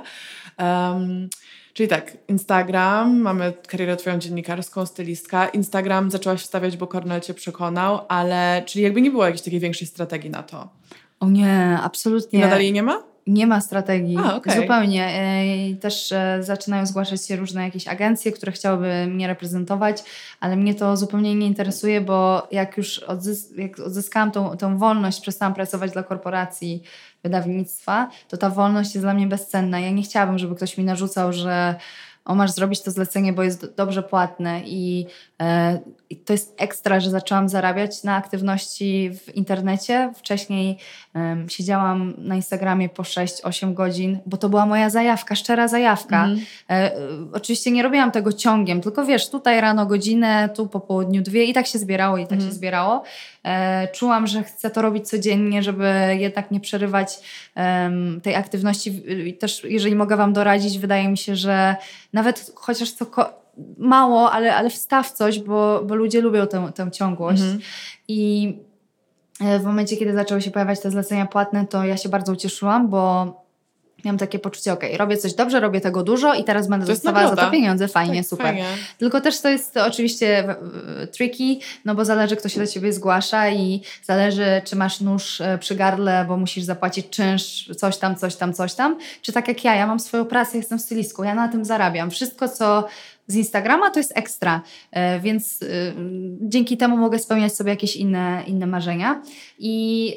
Czyli tak, Instagram, mamy karierę twoją dziennikarską, stylistka. Instagram zaczęłaś wstawiać, bo Kornel cię przekonał, ale czyli jakby nie było jakiejś takiej większej strategii na to? O nie, absolutnie. I nadal jej nie ma? Nie ma strategii. Okay. Zupełnie. Też zaczynają zgłaszać się różne jakieś agencje, które chciałyby mnie reprezentować, ale mnie to zupełnie nie interesuje, bo jak już jak odzyskałam tą wolność, przestałam pracować dla korporacji, wydawnictwa, to ta wolność jest dla mnie bezcenna. Ja nie chciałabym, żeby ktoś mi narzucał, że masz zrobić to zlecenie, bo jest dobrze płatne i to jest ekstra, że zaczęłam zarabiać na aktywności w internecie. Wcześniej siedziałam na Instagramie po 6-8 godzin, bo to była moja zajawka, szczera zajawka. Oczywiście nie robiłam tego ciągiem, tylko wiesz, tutaj rano godzinę, tu po południu 2 i tak się zbierało i tak się zbierało. Czułam, że chcę to robić codziennie, żeby jednak nie przerywać tej aktywności. I też jeżeli mogę wam doradzić, wydaje mi się, że nawet chociaż mało, ale wstaw coś, bo ludzie lubią tę ciągłość. I w momencie, kiedy zaczęły się pojawiać te zlecenia płatne, to ja się bardzo ucieszyłam, bo miałam takie poczucie, robię coś dobrze, robię tego dużo i teraz będę dostawała za to pieniądze. Fajnie, tak, super. Fajnie. Tylko też to jest oczywiście tricky, bo zależy, kto się do ciebie zgłasza i zależy, czy masz nóż przy gardle, bo musisz zapłacić czynsz, coś tam. Czy tak jak ja mam swoją pracę, jestem stylistką, ja na tym zarabiam. Wszystko, co z Instagrama, to jest ekstra, więc dzięki temu mogę spełniać sobie jakieś inne marzenia. I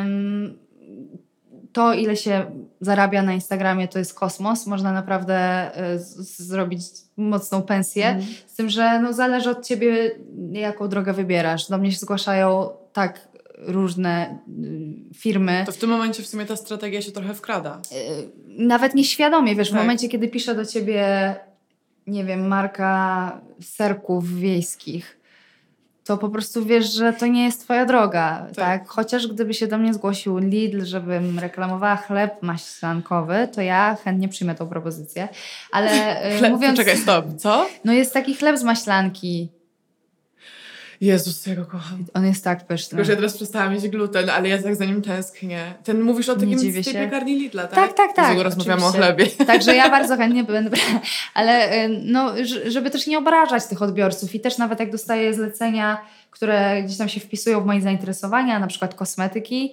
to, ile się zarabia na Instagramie, to jest kosmos. Można naprawdę zrobić mocną pensję. Z tym, że zależy od ciebie, jaką drogę wybierasz. Do mnie się zgłaszają tak różne firmy. To w tym momencie w sumie ta strategia się trochę wkrada. Nawet nieświadomie, wiesz, tak. W momencie, kiedy piszę do ciebie, nie wiem, marka serków wiejskich, to po prostu wiesz, że to nie jest twoja droga, tak? Chociaż gdyby się do mnie zgłosił Lidl, żebym reklamowała chleb maślankowy, to ja chętnie przyjmę tą propozycję. Ale mówiąc... Czekaj, stop, co? Jest taki chleb z maślanki. Jezus, ja go kocham. On jest tak pyszny. Tylko, że ja teraz przestałam mieć gluten, ale ja tak za nim tęsknię. Mówisz o takim z tej piekarni Lidla, tak? Tak. Jezu, rozmawiamy o chlebie. Także ja bardzo chętnie będę... Ale żeby też nie obrażać tych odbiorców i też nawet jak dostaję zlecenia, które gdzieś tam się wpisują w moje zainteresowania, na przykład kosmetyki,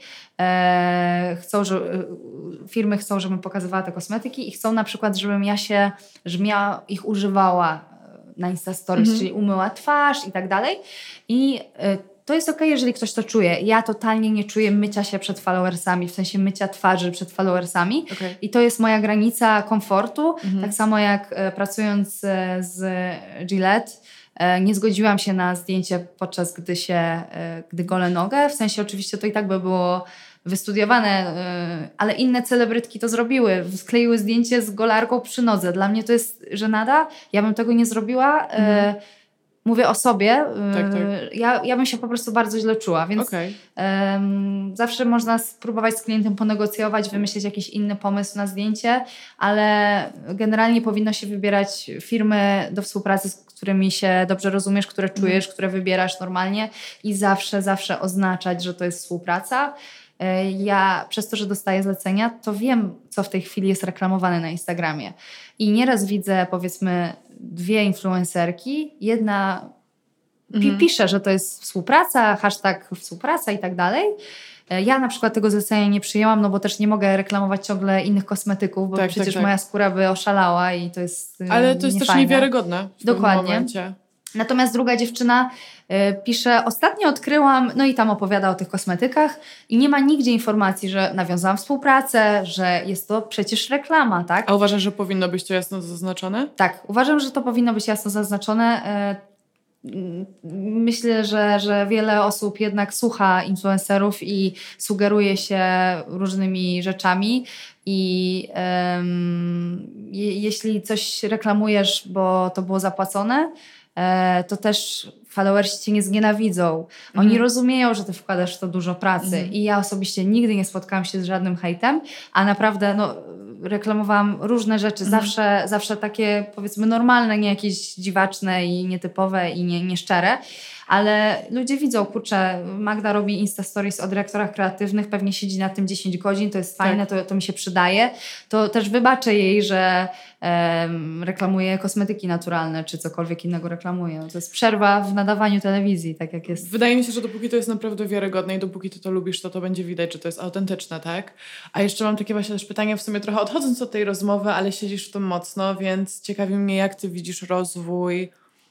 firmy chcą, żebym pokazywała te kosmetyki i chcą na przykład, żebym ja ich używała na Insta Stories, czyli umyła twarz i tak dalej. I to jest okej, jeżeli ktoś to czuje. Ja totalnie nie czuję mycia się przed followersami, w sensie mycia twarzy przed followersami. Okay. I to jest moja granica komfortu. Tak samo jak pracując z Gillette, nie zgodziłam się na zdjęcie, podczas gdy golę nogę. W sensie oczywiście to i tak by było wystudiowane, ale inne celebrytki to zrobiły. Skleiły zdjęcie z golarką przy nodze. Dla mnie to jest żenada. Ja bym tego nie zrobiła. mówię o sobie, Tak. ja bym się po prostu bardzo źle czuła, więc zawsze można spróbować z klientem ponegocjować, wymyślić jakiś inny pomysł na zdjęcie, ale generalnie powinno się wybierać firmy do współpracy, z którymi się dobrze rozumiesz, które czujesz, które wybierasz normalnie i zawsze oznaczać, że to jest współpraca. Ja przez to, że dostaję zlecenia, to wiem, co w tej chwili jest reklamowane na Instagramie. I nieraz widzę, powiedzmy, 2 influencerki, jedna pisze, że to jest współpraca, hashtag współpraca i tak dalej. Ja na przykład tego zlecenia nie przyjęłam, no bo też nie mogę reklamować ciągle innych kosmetyków, bo przecież moja skóra by oszalała i to jest ale to jest niefajne. Też niewiarygodne w Dokładnie. pewnym momencie. Natomiast druga dziewczyna pisze, ostatnio odkryłam, no i tam opowiada o tych kosmetykach i nie ma nigdzie informacji, że nawiązałam współpracę, że jest to przecież reklama, tak? A uważasz, że powinno być to jasno zaznaczone? Tak, uważam, że to powinno być jasno zaznaczone. Myślę, że wiele osób jednak słucha influencerów i sugeruje się różnymi rzeczami i jeśli coś reklamujesz, bo to było zapłacone, to też followersi cię nie znienawidzą. Oni rozumieją, że ty wkładasz w to dużo pracy i ja osobiście nigdy nie spotkałam się z żadnym hejtem, a naprawdę reklamowałam różne rzeczy, zawsze takie powiedzmy normalne, nie jakieś dziwaczne i nietypowe i nieszczere, ale ludzie widzą, kurczę, Magda robi Insta Stories o dyrektorach kreatywnych, pewnie siedzi na tym 10 godzin, to jest fajne, to mi się przydaje, to też wybaczę jej, że reklamuje kosmetyki naturalne, czy cokolwiek innego reklamuje. To jest przerwa w nadawaniu telewizji, tak jak jest. Wydaje mi się, że dopóki to jest naprawdę wiarygodne i dopóki ty to lubisz, to będzie widać, że to jest autentyczne, tak? A jeszcze mam takie właśnie też pytanie, w sumie trochę odchodząc od tej rozmowy, ale siedzisz w tym mocno, więc ciekawi mnie, jak ty widzisz rozwój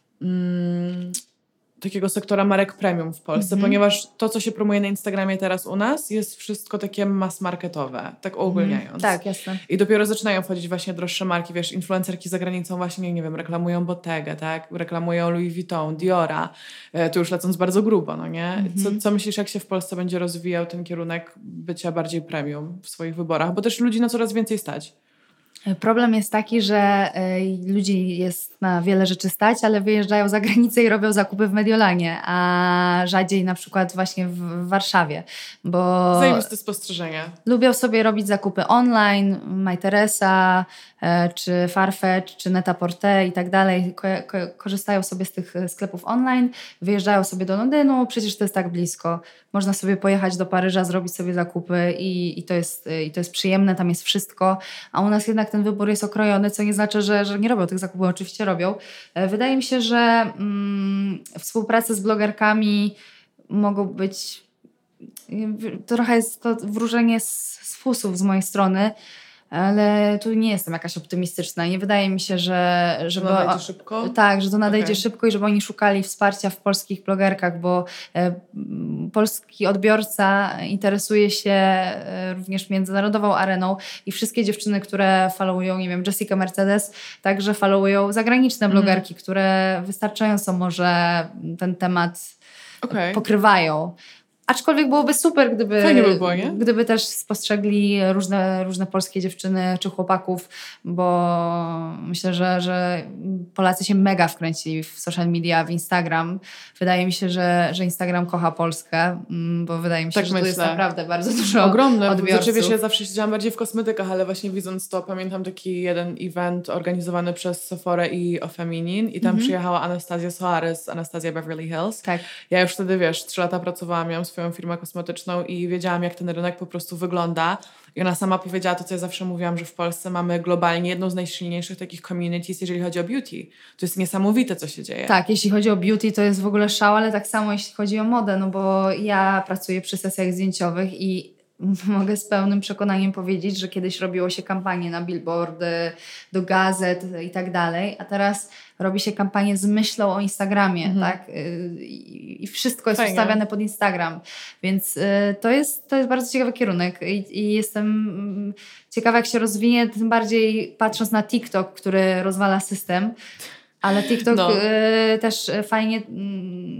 takiego sektora marek premium w Polsce, ponieważ to, co się promuje na Instagramie teraz u nas, jest wszystko takie mass marketowe, tak ogólniając. Tak, jasne. I dopiero zaczynają wchodzić właśnie droższe marki, wiesz, influencerki za granicą właśnie, nie wiem, reklamują Bottegę, tak? Reklamują Louis Vuitton, Diora, tu już lecąc bardzo grubo, no nie? Co myślisz, jak się w Polsce będzie rozwijał ten kierunek bycia bardziej premium w swoich wyborach? Bo też ludzi na coraz więcej stać. Problem jest taki, że ludzi jest na wiele rzeczy stać, ale wyjeżdżają za granicę i robią zakupy w Mediolanie, a rzadziej na przykład właśnie w Warszawie. Bo zajebiste spostrzeżenie. Lubią sobie robić zakupy online, MyTeresa, czy Farfetch, czy Net-a-Porter i tak dalej. Korzystają sobie z tych sklepów online, wyjeżdżają sobie do Londynu, przecież to jest tak blisko. Można sobie pojechać do Paryża, zrobić sobie zakupy i to jest przyjemne, tam jest wszystko, a u nas jednak ten wybór jest okrojony, co nie znaczy, że nie robią tych zakupów, oczywiście robią. Wydaje mi się, że współprace z blogerkami mogą być, trochę jest to wróżenie z fusów z mojej strony, ale tu nie jestem jakaś optymistyczna. Nie wydaje mi się, że to nadejdzie szybko? Tak, że to nadejdzie szybko i żeby oni szukali wsparcia w polskich blogerkach, bo polski odbiorca interesuje się również międzynarodową areną i wszystkie dziewczyny, które followują, nie wiem, Jessica Mercedes, także followują zagraniczne blogerki, które wystarczająco może ten temat pokrywają. Aczkolwiek byłoby super, gdyby też spostrzegli różne polskie dziewczyny czy chłopaków, bo myślę, że Polacy się mega wkręcili w social media, w Instagram. Wydaje mi się, że Instagram kocha Polskę, bo wydaje mi się, że tu jest naprawdę bardzo dużo odbiorców. Znaczy, wiesz, ja zawsze siedziałam bardziej w kosmetykach, ale właśnie widząc to, pamiętam taki jeden event organizowany przez Sephora i O Feminin i tam przyjechała Anastazja Soares, Anastazja Beverly Hills. Tak. Ja już wtedy, 3 lata pracowałam, miałam swoją firmę kosmetyczną i wiedziałam, jak ten rynek po prostu wygląda. I ona sama powiedziała to, co ja zawsze mówiłam, że w Polsce mamy globalnie jedną z najsilniejszych takich communities, jeżeli chodzi o beauty. To jest niesamowite, co się dzieje. Tak, jeśli chodzi o beauty, to jest w ogóle szał, ale tak samo jeśli chodzi o modę, no bo ja pracuję przy sesjach zdjęciowych i mogę z pełnym przekonaniem powiedzieć, że kiedyś robiło się kampanie na billboardy, do gazet i tak dalej, a teraz robi się kampanię z myślą o Instagramie, tak? I wszystko jest ustawiane pod Instagram. Więc to jest bardzo ciekawy kierunek i jestem ciekawa, jak się rozwinie, tym bardziej patrząc na TikTok, który rozwala system. Ale TikTok też fajnie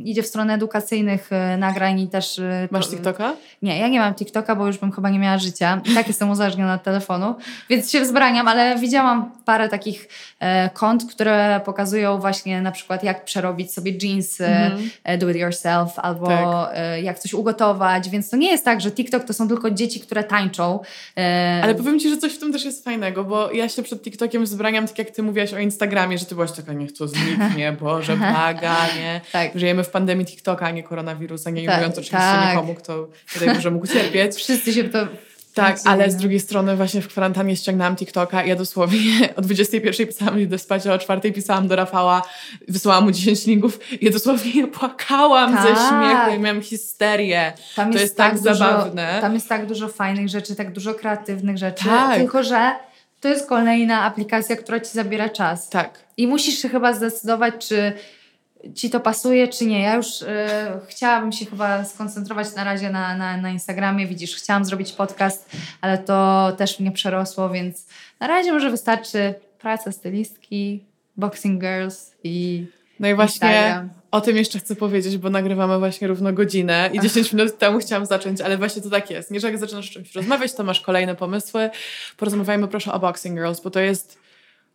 idzie w stronę edukacyjnych nagrań i też... Masz TikToka? Nie, ja nie mam TikToka, bo już bym chyba nie miała życia. I tak jestem uzależniona od telefonu, więc się wzbraniam, ale widziałam parę takich kont, które pokazują właśnie na przykład jak przerobić sobie jeans do it yourself albo jak coś ugotować, więc to nie jest tak, że TikTok to są tylko dzieci, które tańczą. Ale powiem Ci, że coś w tym też jest fajnego, bo ja się przed TikTokiem wzbraniam, tak jak Ty mówiłaś o Instagramie, że Ty byłaś taka, niech to zniknie, Boże, plaga, nie? Tak. Żyjemy w pandemii TikToka, a nie koronawirusa, nie mówiąc oczywiście nikomu, kto tutaj może mógł cierpieć. Wszyscy się to... Tak, ale z drugiej strony właśnie w kwarantannie ściągnęłam TikToka i ja dosłownie o 21 pisałam idę spać, a o 4 pisałam do Rafała, wysłałam mu 10 linków i ja dosłownie płakałam ze śmiechu i miałam histerię. To jest tak zabawne. Tam jest tak dużo fajnych rzeczy, tak dużo kreatywnych rzeczy, tak. tylko że to jest kolejna aplikacja, która ci zabiera czas. Tak. I musisz się chyba zdecydować, czy ci to pasuje, czy nie. Ja już chciałabym się chyba skoncentrować na razie na Instagramie. Widzisz, chciałam zrobić podcast, ale to też mnie przerosło, więc na razie może wystarczy praca stylistki, Boxing Girls i no i właśnie Instagram. O tym jeszcze chcę powiedzieć, bo nagrywamy właśnie równo godzinę i 10 minut temu chciałam zacząć, ale właśnie to tak jest. Nie, że jak zaczynasz o czymś rozmawiać, to masz kolejne pomysły. Porozmawiajmy proszę o Boxing Girls, bo to jest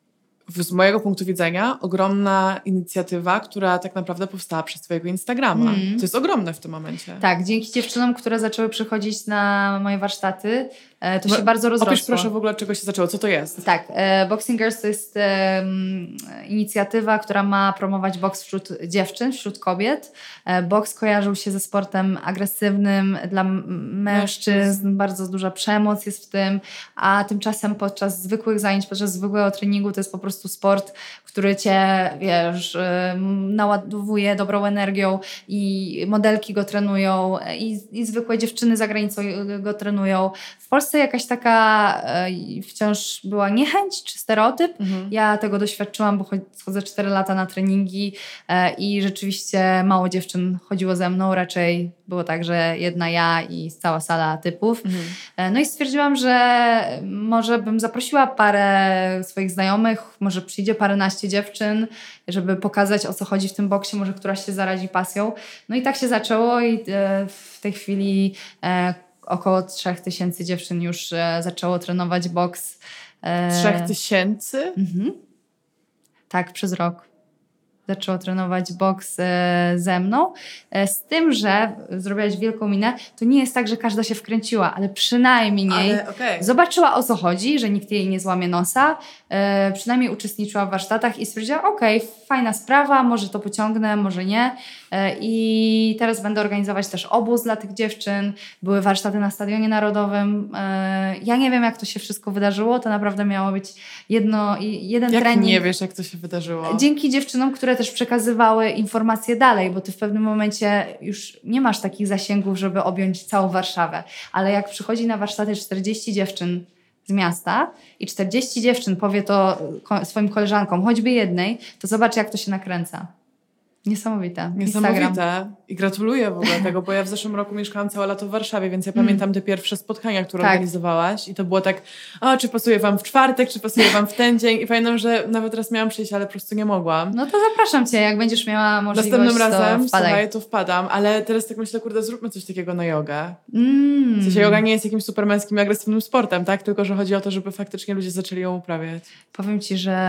z mojego punktu widzenia ogromna inicjatywa, która tak naprawdę powstała przez twojego Instagrama. To jest ogromne w tym momencie. Tak, dzięki dziewczynom, które zaczęły przychodzić na moje warsztaty, to się bardzo rozrosło. Opisz proszę w ogóle, od czego się zaczęło. Co to jest? Tak, Boxing Girls to jest inicjatywa, która ma promować boks wśród dziewczyn, wśród kobiet. Boks kojarzył się ze sportem agresywnym dla mężczyzn, bardzo duża przemoc jest w tym, a tymczasem podczas zwykłych zajęć, podczas zwykłego treningu to jest po prostu sport, który cię, wiesz, naładowuje dobrą energią i modelki go trenują i zwykłe dziewczyny za granicą go trenują. W Polsce jakaś taka wciąż była niechęć czy stereotyp. Ja tego doświadczyłam, bo chodzę 4 lata na treningi i rzeczywiście mało dziewczyn chodziło ze mną. Raczej było tak, że jedna ja i cała sala typów. No i stwierdziłam, że może bym zaprosiła parę swoich znajomych, może przyjdzie paręnaście dziewczyn, żeby pokazać, o co chodzi w tym boksie, może któraś się zarazi pasją. No i tak się zaczęło i w tej chwili około 3000 dziewczyn już zaczęło trenować boks. 3000? Tak, przez rok. Zaczęło trenować boks ze mną. Z tym, że zrobiłaś wielką minę, to nie jest tak, że każda się wkręciła, ale przynajmniej zobaczyła, o co chodzi, że nikt jej nie złamie nosa, przynajmniej uczestniczyła w warsztatach i stwierdziła, fajna sprawa, może to pociągnę, może nie. I teraz będę organizować też obóz dla tych dziewczyn. Były warsztaty na Stadionie Narodowym. Ja nie wiem, jak to się wszystko wydarzyło. To naprawdę miało być jeden jak trening. Nie wiesz, jak to się wydarzyło? Dzięki dziewczynom, które też przekazywały informacje dalej, bo ty w pewnym momencie już nie masz takich zasięgów, żeby objąć całą Warszawę. Ale jak przychodzi na warsztaty 40 dziewczyn z miasta i 40 dziewczyn powie to swoim koleżankom, choćby jednej, to zobacz, jak to się nakręca. Niesamowite. Niesamowite. I gratuluję w ogóle tego, bo ja w zeszłym roku mieszkałam całe lato w Warszawie, więc ja pamiętam te pierwsze spotkania, które organizowałaś i to było tak, czy pasuje wam w czwartek, czy pasuje wam w ten dzień i pamiętam, że nawet raz miałam przyjść, ale po prostu nie mogłam. No to zapraszam cię, jak będziesz miała możliwość, następnym razem, to wpadaj. to wpadam, ale teraz tak myślę, zróbmy coś takiego na jogę. W sensie joga nie jest jakimś supermęskim, agresywnym sportem, tak? Tylko, że chodzi o to, żeby faktycznie ludzie zaczęli ją uprawiać. Powiem ci, że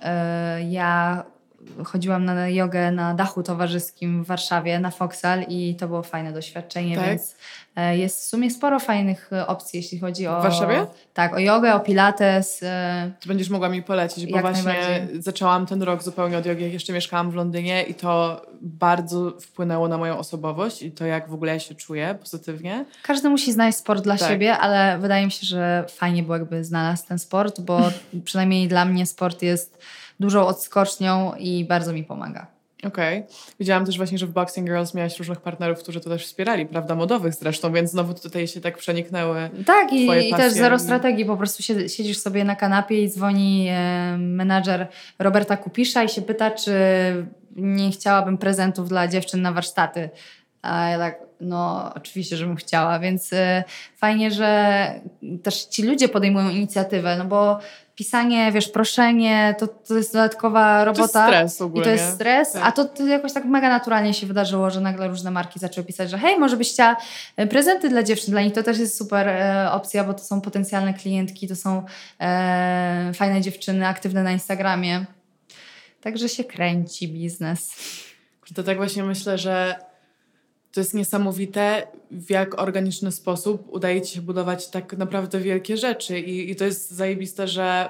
ja chodziłam na jogę na dachu towarzyskim w Warszawie, na Foksal i to było fajne doświadczenie, więc jest w sumie sporo fajnych opcji, jeśli chodzi o... W Warszawie? Tak, o jogę, o pilates. To będziesz mogła mi polecić, bo właśnie zaczęłam ten rok zupełnie od jogi, jak jeszcze mieszkałam w Londynie i to bardzo wpłynęło na moją osobowość i to, jak w ogóle ja się czuję pozytywnie. Każdy musi znaleźć sport dla siebie, ale wydaje mi się, że fajnie było, jakby znalazł ten sport, bo przynajmniej dla mnie sport jest dużą odskocznią i bardzo mi pomaga. Widziałam też właśnie, że w Boxing Girls miałaś różnych partnerów, którzy to też wspierali, prawda, modowych zresztą, więc znowu tutaj się tak przeniknęły. Tak, i też zero strategii, po prostu siedzisz sobie na kanapie i dzwoni menadżer Roberta Kupisza i się pyta, czy nie chciałabym prezentów dla dziewczyn na warsztaty. A ja tak, No oczywiście, żebym chciała, więc fajnie, że też ci ludzie podejmują inicjatywę, no bo pisanie, wiesz, proszenie, to jest dodatkowa robota. To jest stres ogólnie. I to jest stres, tak. a to jakoś tak mega naturalnie się wydarzyło, że nagle różne marki zaczęły pisać, że hej, może byś chciała prezenty dla dziewczyn, dla nich to też jest super opcja, bo to są potencjalne klientki, to są fajne dziewczyny, aktywne na Instagramie. Także się kręci biznes. To tak właśnie myślę, że to jest niesamowite, w jak organiczny sposób udaje ci się budować tak naprawdę wielkie rzeczy. I to jest zajebiste, że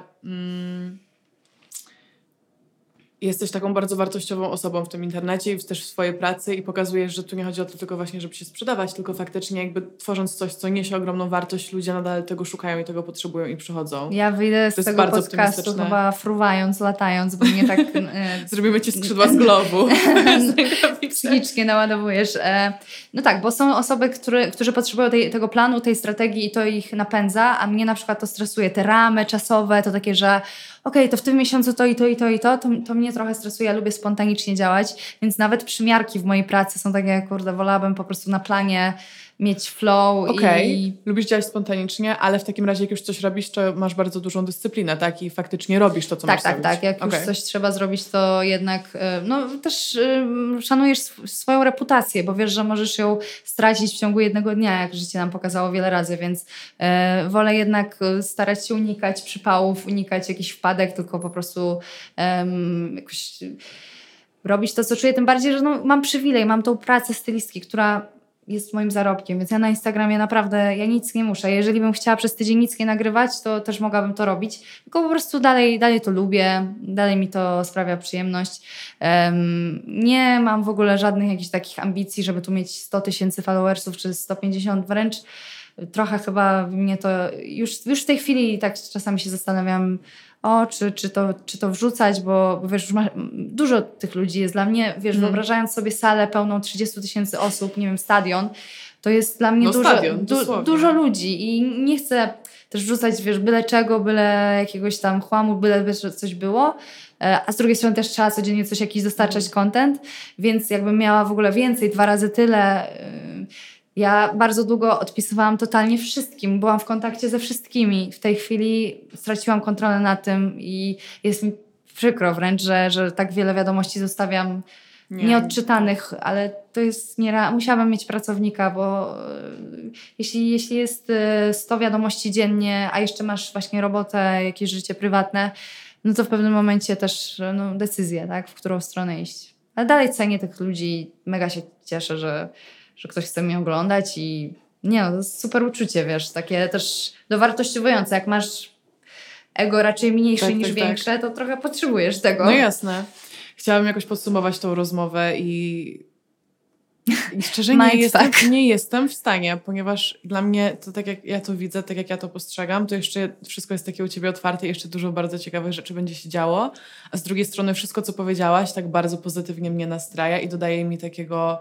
jesteś taką bardzo wartościową osobą w tym internecie i też w swojej pracy i pokazujesz, że tu nie chodzi o to tylko właśnie, żeby się sprzedawać, tylko faktycznie jakby tworząc coś, co niesie ogromną wartość, ludzie nadal tego szukają i tego potrzebują i przychodzą. Ja wyjdę z tego podcastu chyba fruwając, latając, bo mnie tak... Zrobimy ci skrzydła z globu. Psychicznie naładowujesz. No tak, bo są osoby, którzy potrzebują tego planu, tej strategii i to ich napędza, a mnie na przykład to stresuje. Te ramy czasowe, to takie, że okej, to w tym miesiącu to i to i to i to mnie trochę stresuje. Ja lubię spontanicznie działać, więc nawet przymiarki w mojej pracy są takie, kurde, wolałabym po prostu na planie mieć flow. Okej, lubisz działać spontanicznie, ale w takim razie jak już coś robisz, to masz bardzo dużą dyscyplinę, tak? I faktycznie robisz to, co masz zrobić. Tak. Jak już coś trzeba zrobić, to jednak też szanujesz swoją reputację, bo wiesz, że możesz ją stracić w ciągu jednego dnia, jak życie nam pokazało wiele razy, więc wolę jednak starać się unikać przypałów, unikać jakichś wpadek, tylko po prostu jakoś robić to, co czuję. Tym bardziej, że mam przywilej, mam tą pracę stylistki, która jest moim zarobkiem, więc ja na Instagramie naprawdę, ja nic nie muszę. Jeżeli bym chciała przez tydzień nic nie nagrywać, to też mogłabym to robić. Tylko po prostu dalej to lubię, dalej mi to sprawia przyjemność. Nie mam w ogóle żadnych jakichś takich ambicji, żeby tu mieć 100 000 followersów czy 150, wręcz trochę chyba mnie to... Już w tej chwili tak czasami się zastanawiam, czy to wrzucać, bo wiesz, już dużo tych ludzi jest dla mnie, wiesz, wyobrażając sobie salę pełną 30 000 osób, nie wiem, stadion, to jest dla mnie dużo ludzi i nie chcę też wrzucać, wiesz, byle czego, byle jakiegoś tam chłamu, byle coś było, a z drugiej strony też trzeba codziennie jakiś dostarczać content, więc jakbym miała w ogóle więcej, 2 razy tyle... Ja bardzo długo odpisywałam totalnie wszystkim. Byłam w kontakcie ze wszystkimi. W tej chwili straciłam kontrolę nad tym i jest mi przykro wręcz, że tak wiele wiadomości zostawiam nieodczytanych, ale to jest musiałabym mieć pracownika, bo jeśli jest 100 wiadomości dziennie, a jeszcze masz właśnie robotę, jakieś życie prywatne, no to w pewnym momencie też decyzję, tak, w którą stronę iść. Ale dalej cenię tych ludzi. Mega się cieszę, że ktoś chce mnie oglądać i to jest super uczucie, wiesz, takie też dowartościowujące. Jak masz ego raczej mniejsze niż większe, to trochę potrzebujesz tego. No jasne. Chciałabym jakoś podsumować tą rozmowę i szczerze nie jestem w stanie, ponieważ dla mnie to tak jak ja to widzę, tak jak ja to postrzegam, to jeszcze wszystko jest takie u ciebie otwarte i jeszcze dużo bardzo ciekawych rzeczy będzie się działo, a z drugiej strony wszystko, co powiedziałaś, tak bardzo pozytywnie mnie nastraja i dodaje mi takiego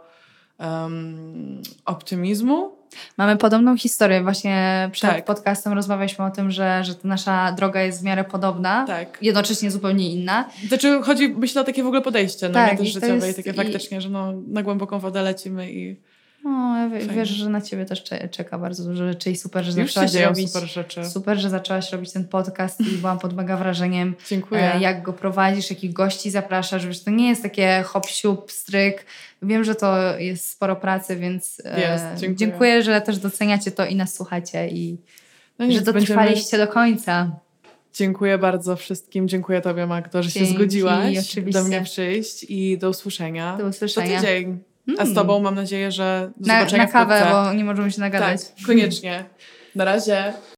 optymizmu. Mamy podobną historię. Właśnie przed podcastem rozmawialiśmy o tym, że ta nasza droga jest w miarę podobna, jednocześnie zupełnie inna. Znaczy myślę o takie w ogóle podejście mnie też życiowe i takie faktycznie, że na głęboką wodę lecimy i... Wiesz, że na ciebie też czeka bardzo dużo rzeczy i super, że zaczęłaś robić super, że zaczęłaś robić ten podcast i byłam pod mega wrażeniem. Dziękuję. Jak go prowadzisz, jakich gości zapraszasz. Wiesz, to nie jest takie hop, siup, stryk. Wiem, że to jest sporo pracy, więc dziękuję, że też doceniacie to i nas słuchacie i że dotrwaliście do końca. Dziękuję bardzo wszystkim. Dziękuję tobie, Magdo, że się zgodziłaś do mnie przyjść i do usłyszenia. Do usłyszenia. To tydzień. A z tobą mam nadzieję, że do zobaczenia na kawę, bo nie możemy się nagadać. Tak, koniecznie. Na razie.